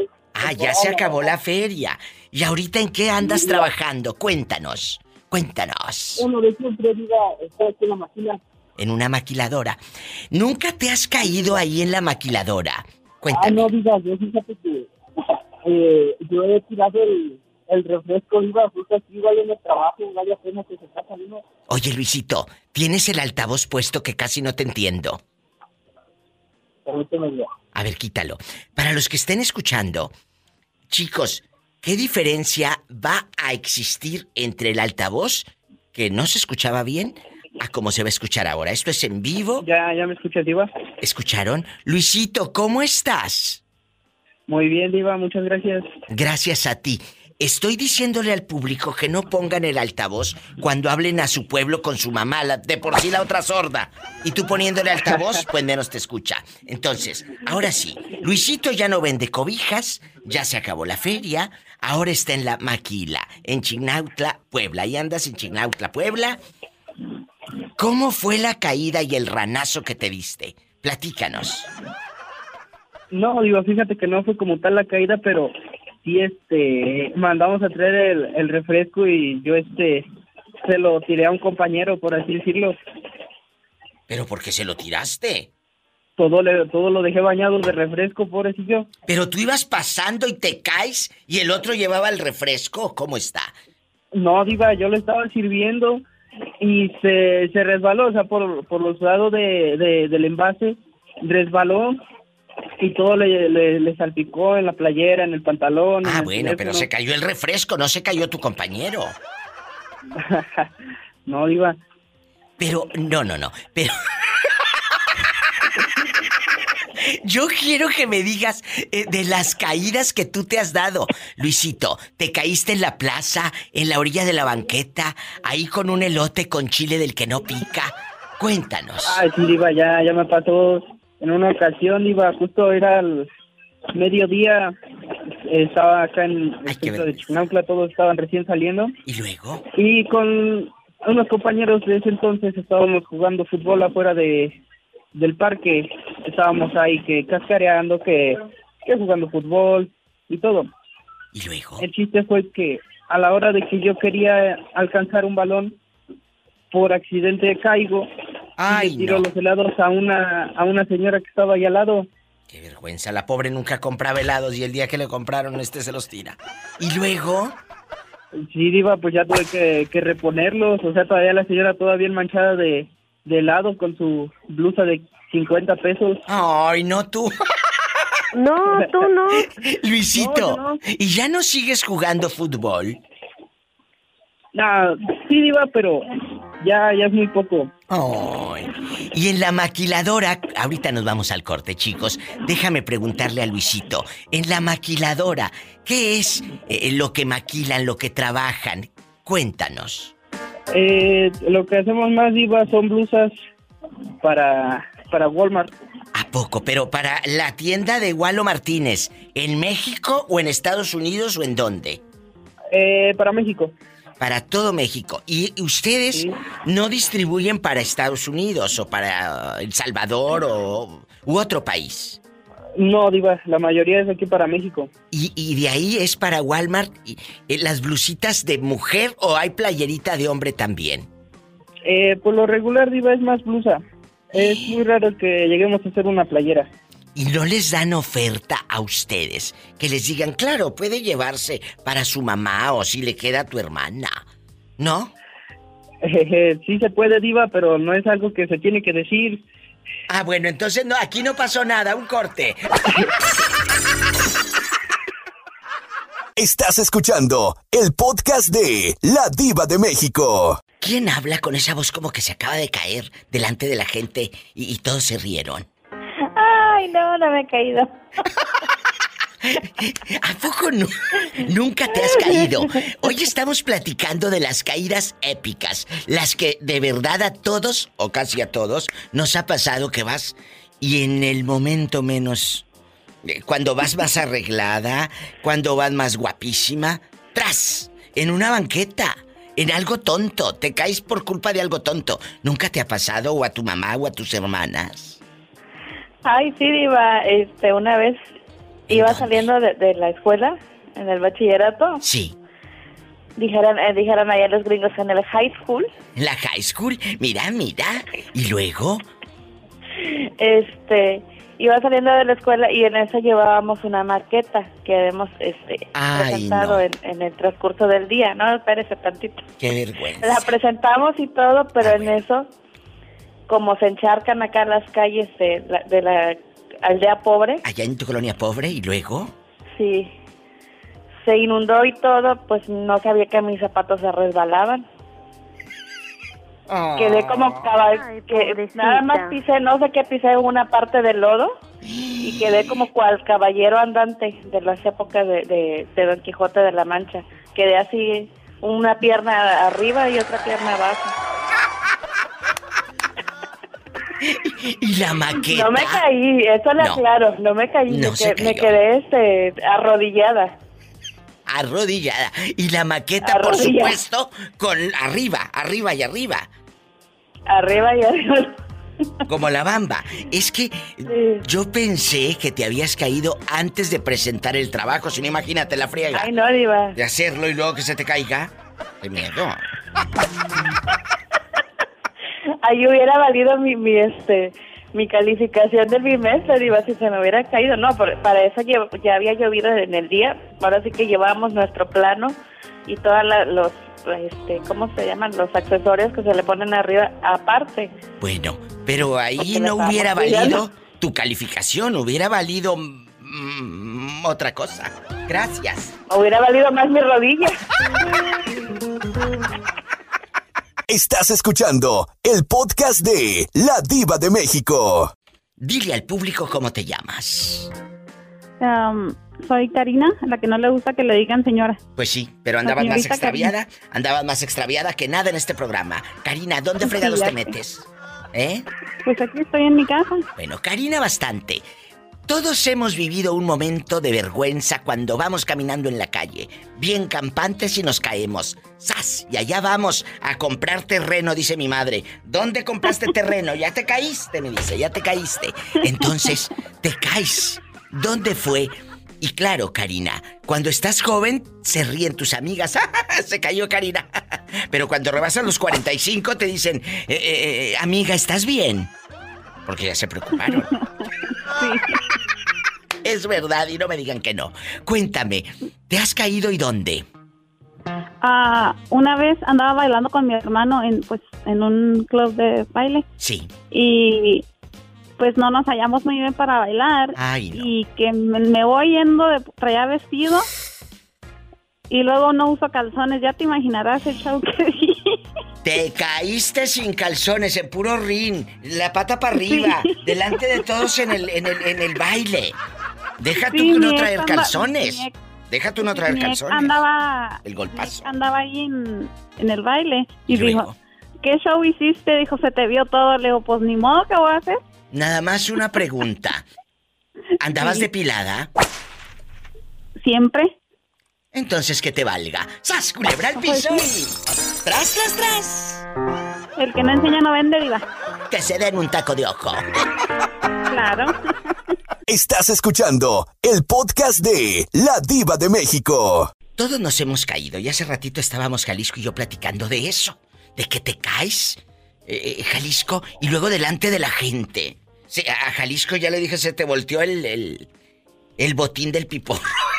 Ah, ya se acabó la feria. ¿Y ahorita en qué andas trabajando? Cuéntanos. Uno de siempre, Diva, está aquí en la maquila. En una maquiladora. ¿Nunca te has caído ahí en la maquiladora? Cuéntame. No, Diva, yo fíjate que yo he tirado el refresco, Diva, justo aquí, igual en el trabajo, vaya pena que se está saliendo. Oye, Luisito, tienes el altavoz puesto que casi no te entiendo. Permíteme, Diva. A ver, quítalo. Para los que estén escuchando, chicos, ¿qué diferencia va a existir entre el altavoz, que no se escuchaba bien, a cómo se va a escuchar ahora? Esto es en vivo. ¿Ya me escuchas, Diva? ¿Escucharon? Luisito, ¿cómo estás? Muy bien, Diva, muchas gracias. Gracias a ti. Estoy diciéndole al público que no pongan el altavoz cuando hablen a su pueblo con su mamá, de por sí la otra sorda. Y tú poniéndole altavoz, pues menos te escucha. Entonces, ahora sí, Luisito ya no vende cobijas, ya se acabó la feria, ahora está en la maquila, en Chignautla, Puebla. Y andas en Chignautla, Puebla. ¿Cómo fue la caída y el ranazo que te diste? Platícanos. No, Diva, fíjate que no fue como tal la caída, pero sí, mandamos a traer el refresco y yo, se lo tiré a un compañero, por así decirlo. ¿Pero por qué se lo tiraste? Todo lo dejé bañado de refresco, pobrecillo. ¿Pero tú ibas pasando y te caes y el otro llevaba el refresco? ¿Cómo está? No, Diva, yo le estaba sirviendo y se resbaló, o sea, por los lados del envase, resbaló y todo le salpicó en la playera, en el pantalón. Ah, bueno, pero se cayó el refresco, no se cayó tu compañero. No, Diva. Pero, no, pero... Yo quiero que me digas de las caídas que tú te has dado. Luisito, ¿te caíste en la plaza, en la orilla de la banqueta, ahí con un elote con chile del que no pica? Cuéntanos. Ay, sí, Diva, ya me pasó en una ocasión, Diva, justo era el mediodía, estaba acá en el centro de Chignautla, todos estaban recién saliendo. ¿Y luego? Y con unos compañeros de ese entonces estábamos jugando fútbol afuera del parque, estábamos ahí que cascareando, que jugando fútbol y todo. ¿Y luego? El chiste fue que a la hora de que yo quería alcanzar un balón, por accidente caigo. Ay, y le tiro los helados a una señora que estaba ahí al lado. Qué vergüenza, la pobre nunca compraba helados y el día que le compraron se los tira. ¿Y luego? Sí, Diva, pues ya tuve que reponerlos, o sea, todavía la señora toda bien manchada de helado con su blusa de 50 pesos. Ay, no tú. No, tú no. Luisito, No. ¿Y ya no sigues jugando fútbol? No, sí, Diva, pero ya es muy poco. Ay. Y en la maquiladora, ahorita nos vamos al corte, chicos. Déjame preguntarle a Luisito. En la maquiladora, ¿qué es lo que maquilan, lo que trabajan? Cuéntanos. Lo que hacemos más, Diva, son blusas para Walmart. ¿A poco? Pero para la tienda de Walo Martínez, ¿en México o en Estados Unidos o en dónde? Para México. Para todo México. ¿Y ustedes no distribuyen para Estados Unidos o para El Salvador u otro país? No, Diva, la mayoría es aquí para México. ¿Y de ahí es para Walmart las blusitas de mujer o hay playerita de hombre también? Por lo regular, Diva, es más blusa. Es muy raro que lleguemos a hacer una playera. ¿Y no les dan oferta a ustedes? Que les digan, claro, puede llevarse para su mamá o si le queda a tu hermana, ¿no? Sí se puede, Diva, pero no es algo que se tiene que decir. Ah, bueno, entonces no, aquí no pasó nada, un corte. Estás escuchando el podcast de La Diva de México. ¿Quién habla con esa voz como que se acaba de caer delante de la gente y todos se rieron? Ay, no me he caído. ¿A poco no? Nunca te has caído. Hoy estamos platicando de las caídas épicas, las que de verdad a todos, o casi a todos, nos ha pasado que vas y en el momento menos, cuando vas más arreglada, cuando vas más guapísima, ¡tras! En una banqueta, en algo tonto, te caes por culpa de algo tonto. ¿Nunca te ha pasado o a tu mamá o a tus hermanas? Ay, sí, Diva, una vez Iba saliendo de la escuela, en el bachillerato. Sí. Dijeron allá los gringos en el high school. ¿En la high school? Mira. ¿Y luego? Iba saliendo de la escuela y en eso llevábamos una maqueta que habíamos presentado en el transcurso del día. No, espérese tantito. Qué vergüenza. La presentamos y todo, pero en eso, como se encharcan acá las calles de la aldea pobre. Allá en tu colonia pobre, ¿y luego? Sí. Se inundó y todo, pues no sabía que mis zapatos se resbalaban. Quedé como que nada más pisé, no sé qué pisé, una parte del lodo y quedé como cual caballero andante de las épocas de Don Quijote de la Mancha. Quedé así, una pierna arriba y otra pierna abajo. ¿Y la maqueta? No me caí, eso le aclaro, no me caí, me quedé arrodillada. Arrodillada. Y la maqueta, por supuesto, con arriba y arriba. Arriba y arriba. Como la bamba. Es que yo pensé que te habías caído antes de presentar el trabajo. Si no, imagínate la friega. Ay, no, Diva. De hacerlo y luego que se te caiga. ¡Qué miedo! Ahí hubiera valido mi calificación del bimestre, Diva, si se me hubiera caído. No, para eso ya había llovido en el día. Ahora sí que llevábamos nuestro plano y todos los, ¿cómo se llaman? Los accesorios que se le ponen arriba aparte. Bueno, pero ahí no hubiera valido tu calificación, hubiera valido otra cosa. Gracias. Hubiera valido más mi rodilla. Estás escuchando el podcast de La Diva de México. Dile al público cómo te llamas. Soy Karina, la que no le gusta que le digan señora. Pues sí, pero andabas más extraviada. Andabas más extraviada que nada en este programa. Karina, ¿dónde fregados te metes? Pues aquí estoy en mi casa. Bueno, Karina, bastante. Todos hemos vivido un momento de vergüenza cuando vamos caminando en la calle, bien campantes y nos caemos. ¡Zas! Y allá vamos a comprar terreno, dice mi madre. ¿Dónde compraste terreno? Ya te caíste, me dice, ya te caíste. Entonces, te caes. ¿Dónde fue? Y claro, Karina, cuando estás joven, se ríen tus amigas. Se cayó Karina. Pero cuando rebasan los 45, te dicen, amiga, ¿estás bien? Porque ya se preocuparon. Sí. Es verdad, y no me digan que no. Cuéntame, ¿te has caído y dónde? Una vez andaba bailando con mi hermano en un club de baile. Sí. Y pues no nos hallamos muy bien para bailar. Ay, no. Y que me voy yendo traía vestido y luego no uso calzones. Ya te imaginarás el show que di. Te caíste sin calzones, en puro ring, la pata para arriba, sí. Delante de todos en el baile. Deja tú no traer calzones. Deja tú no traer calzones. El golpazo. Andaba ahí en el baile y dijo, ¿qué show hiciste? Dijo, se te vio todo. Le digo, pues ni modo, ¿qué voy a hacer? Nada más una pregunta. ¿Andabas depilada? Siempre. Entonces que te valga. ¡Sas, culebra al piso! Pues, ¡tras, tras, tras! El que no enseña no vende, Diva. Que se den un taco de ojo. Claro. Estás escuchando el podcast de La Diva de México. Todos nos hemos caído y hace ratito estábamos Jalisco y yo platicando de eso. De que te caes, Jalisco, y luego delante de la gente. Sí, a Jalisco ya le dije, se te volteó el botín del piporro.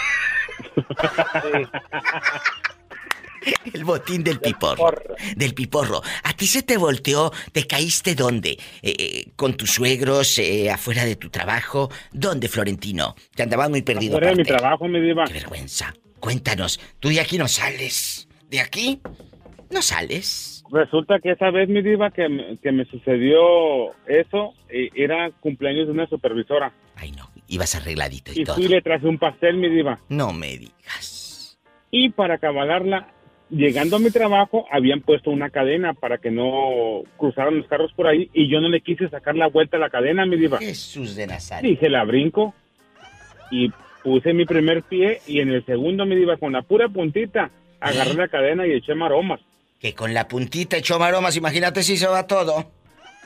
El botín del piporro. ¿A ti se te volteó? ¿Te caíste dónde? ¿Con tus suegros? ¿Afuera de tu trabajo? ¿Dónde, Florentino? Te andabas muy perdido. Afuera de mi trabajo, mi diva. Qué vergüenza. Cuéntanos, tú de aquí no sales. ¿De aquí? ¿No sales? Resulta que esa vez, mi diva, que me sucedió eso, era cumpleaños de una supervisora. Ay, no. Ibas arregladito y todo. Y le traje un pastel, mi diva. No me digas. Y para acabarla, llegando a mi trabajo, habían puesto una cadena para que no cruzaran los carros por ahí, y yo no le quise sacar la vuelta a la cadena, mi diva. Jesús de Nazaret. Dije, la brinco, y puse mi primer pie, y en el segundo, mi diva, con la pura puntita, agarré la cadena y eché maromas. Que con la puntita echó maromas, imagínate si se va todo.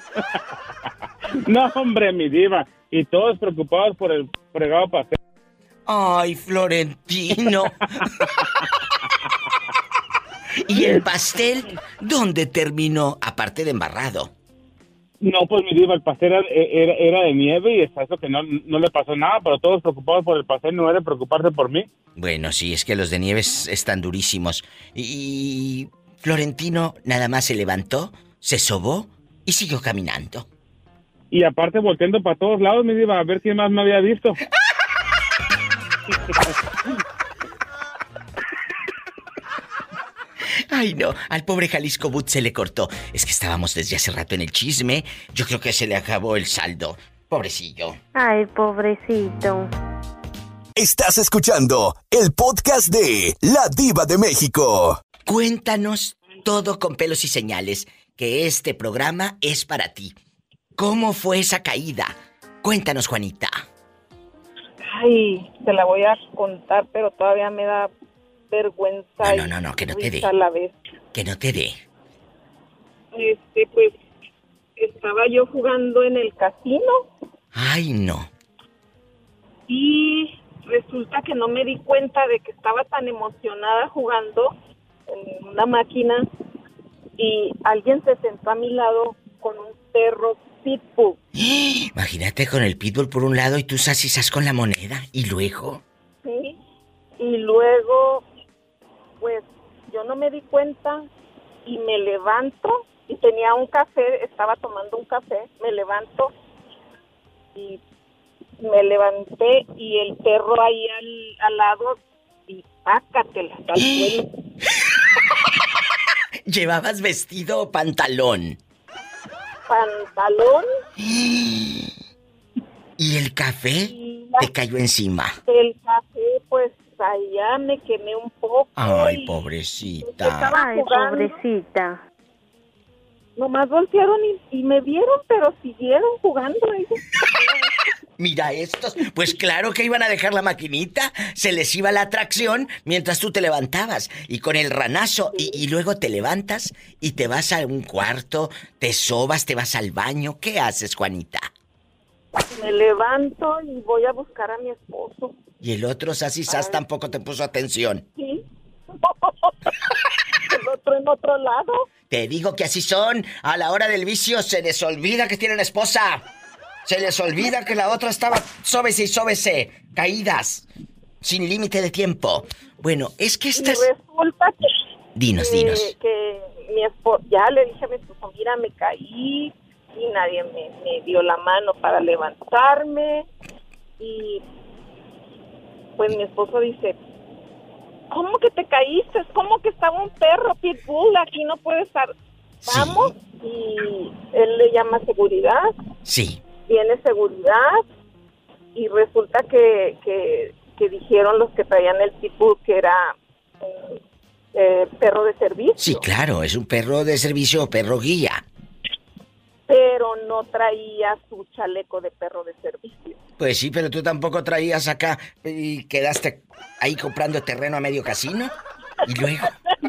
No, hombre, mi diva. Y todos preocupados por el fregado pastel. Ay, Florentino. ¿Y el pastel dónde terminó, aparte de embarrado? No, pues mi diva, el pastel era de nieve y hasta eso que no le pasó nada, pero todos preocupados por el pastel, no era preocuparse por mí. Bueno, sí, es que los de nieve están durísimos. Y Florentino nada más se levantó, se sobó y siguió caminando. Y aparte volteando para todos lados, mi diva, a ver quién más me había visto. Ay, no, al pobre Jalisco Boot se le cortó. Es que estábamos desde hace rato en el chisme. Yo creo que se le acabó el saldo. Pobrecillo. Ay, pobrecito. Estás escuchando el podcast de La Diva de México. Cuéntanos todo con pelos y señales, que este programa es para ti. ¿Cómo fue esa caída? Cuéntanos, Juanita. Ay, te la voy a contar, pero todavía me da vergüenza. No, que no te dé. A la vez. Que no te dé. Pues, estaba yo jugando en el casino. Ay, no. Y resulta que no me di cuenta de que estaba tan emocionada jugando en una máquina y alguien se sentó a mi lado con un perro pitbull. Imagínate con el pitbull por un lado y tú sas con la moneda. ¿Y luego? Sí. Y luego, pues, yo no me di cuenta y me levanto y tenía un café, estaba tomando un café, me levanto y me levanté y el perro ahí al lado y pácatela al suelo. ¿Llevabas vestido o pantalón? Pantalón. ¿Y el café te cayó encima? El café, pues allá me quemé un poco. Ay, pobrecita. Ay, pobrecita. Nomás voltearon y me vieron, pero siguieron jugando ellos. Mira estos, pues claro que iban a dejar la maquinita, se les iba la atracción mientras tú te levantabas y con el ranazo y luego te levantas y te vas a un cuarto, te sobas, te vas al baño. ¿Qué haces, Juanita? Me levanto y voy a buscar a mi esposo. Y el otro sas tampoco te puso atención. Sí. El otro en otro lado. Te digo que así son, a la hora del vicio se les olvida que tienen esposa. Se les olvida que la otra estaba sóbese y sóbese, caídas, sin límite de tiempo. Bueno, es que estas... Y resulta que... Dinos. Que mi esposo... Ya le dije a mi esposo, mira, me caí y nadie me dio la mano para levantarme. Y pues mi esposo dice, ¿cómo que te caíste? ¿Cómo que estaba un perro pitbull? Aquí no puede estar. Vamos. Sí. Y él le llama seguridad. Sí. Viene seguridad y resulta que dijeron los que traían el pitbull que era perro de servicio. Sí, claro, es un perro de servicio o perro guía. Pero no traía su chaleco de perro de servicio. Pues sí, pero tú tampoco traías acá y quedaste ahí comprando terreno a medio casino. Y luego...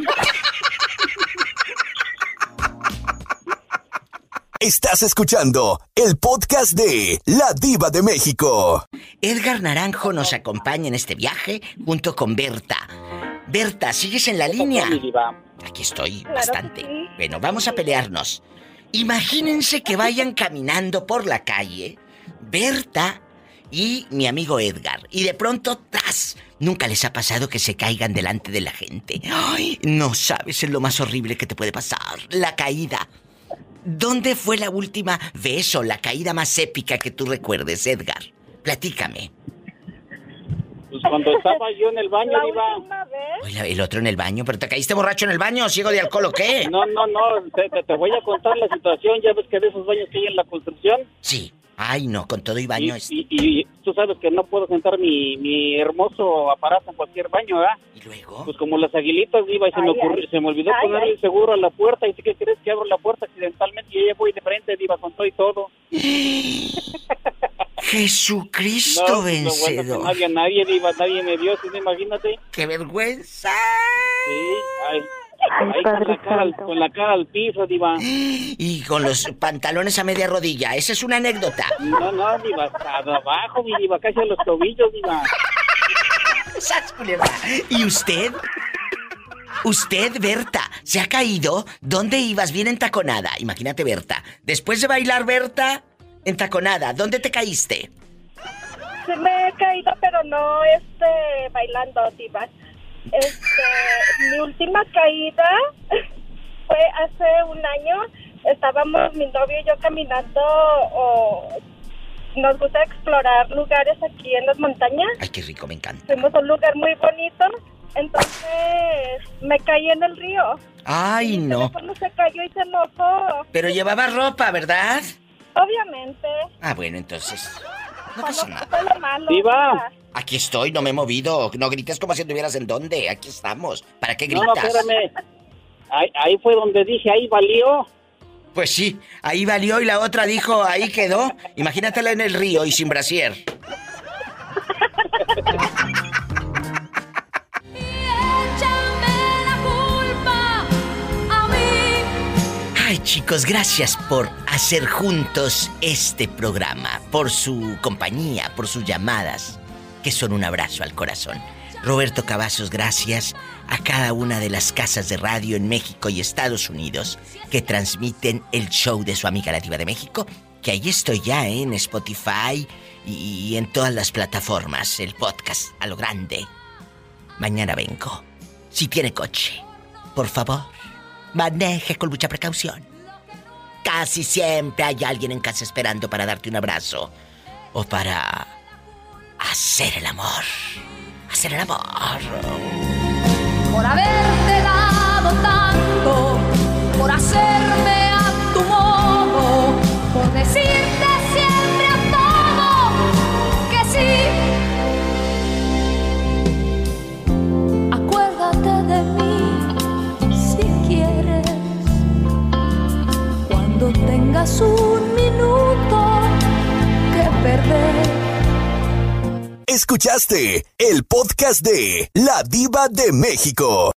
Estás escuchando el podcast de La Diva de México. Edgar Naranjo nos acompaña en este viaje junto con Berta. Berta, ¿sigues en la línea? Aquí estoy, bastante. Bueno, vamos a pelearnos. Imagínense que vayan caminando por la calle, Berta y mi amigo Edgar, y de pronto, ¡tas! ¿Nunca les ha pasado que se caigan delante de la gente? ¡Ay! No sabes, es lo más horrible que te puede pasar, la caída. ¿Dónde fue la última vez o la caída más épica que tú recuerdes, Edgar? Platícame. Pues cuando estaba yo en el baño, iba... Oye, el otro en el baño, ¿pero te caíste borracho en el baño, ciego de alcohol o qué? No, te voy a contar la situación. ¿Ya ves que de esos baños que hay en la construcción? Sí. Ay, no, con todo y baño y tú sabes que no puedo sentar mi hermoso aparato en cualquier baño, ¿verdad? ¿Y luego? Pues como las aguilitas, iba y se me olvidó ponerle el seguro a la puerta. ¿Y qué crees? Que abro la puerta accidentalmente y ya voy de frente, iba con todo y todo. Jesucristo vencedor. Bueno, nadie me vio, ¿sí? Imagínate. ¡Qué vergüenza! Sí, ahí con la cara al piso, diva. Y con los pantalones a media rodilla. Esa es una anécdota. No, diva, hasta abajo, mi diva, casi a los tobillos, diva. ¡Sas, culebra! ¿Y usted? Usted, Berta, ¿se ha caído? ¿Dónde ibas bien entaconada? Imagínate, Berta. Después de bailar, Berta, entaconada, ¿dónde te caíste? Sí me he caído, pero no bailando, diva. Mi última caída fue hace un año. Estábamos mi novio y yo caminando, nos gusta explorar lugares aquí en las montañas. Ay, qué rico, me encanta. Fuimos a un lugar muy bonito, entonces me caí en el río. Ay, no. Mi teléfono se cayó y se mojó. Pero llevaba ropa, ¿verdad? Obviamente. Ah, bueno, entonces no pasa nada. ¡Viva! Aquí estoy, no me he movido. No grites como si anduvieras en dónde. Aquí estamos. ¿Para qué gritas? No, espérame. Ahí fue donde dije, ahí valió. Pues sí, ahí valió y la otra dijo, ahí quedó. Imagínatela en el río y sin brasier. Ay, chicos, gracias por hacer juntos este programa, por su compañía, por sus llamadas, que son un abrazo al corazón. Roberto Cavazos, gracias a cada una de las casas de radio en México y Estados Unidos que transmiten el show de su amiga la Diva de México, que ahí estoy ya en Spotify y en todas las plataformas, el podcast a lo grande. Mañana vengo. Si tiene coche, por favor, maneje con mucha precaución. Casi siempre hay alguien en casa esperando para darte un abrazo o para hacer el amor. Hacer el amor. Por haberte dado tanto, por hacerme a tu modo, por decirte siempre a todo que sí. Acuérdate de mí si quieres, cuando tengas un minuto que perder. Escuchaste el podcast de La Diva de México.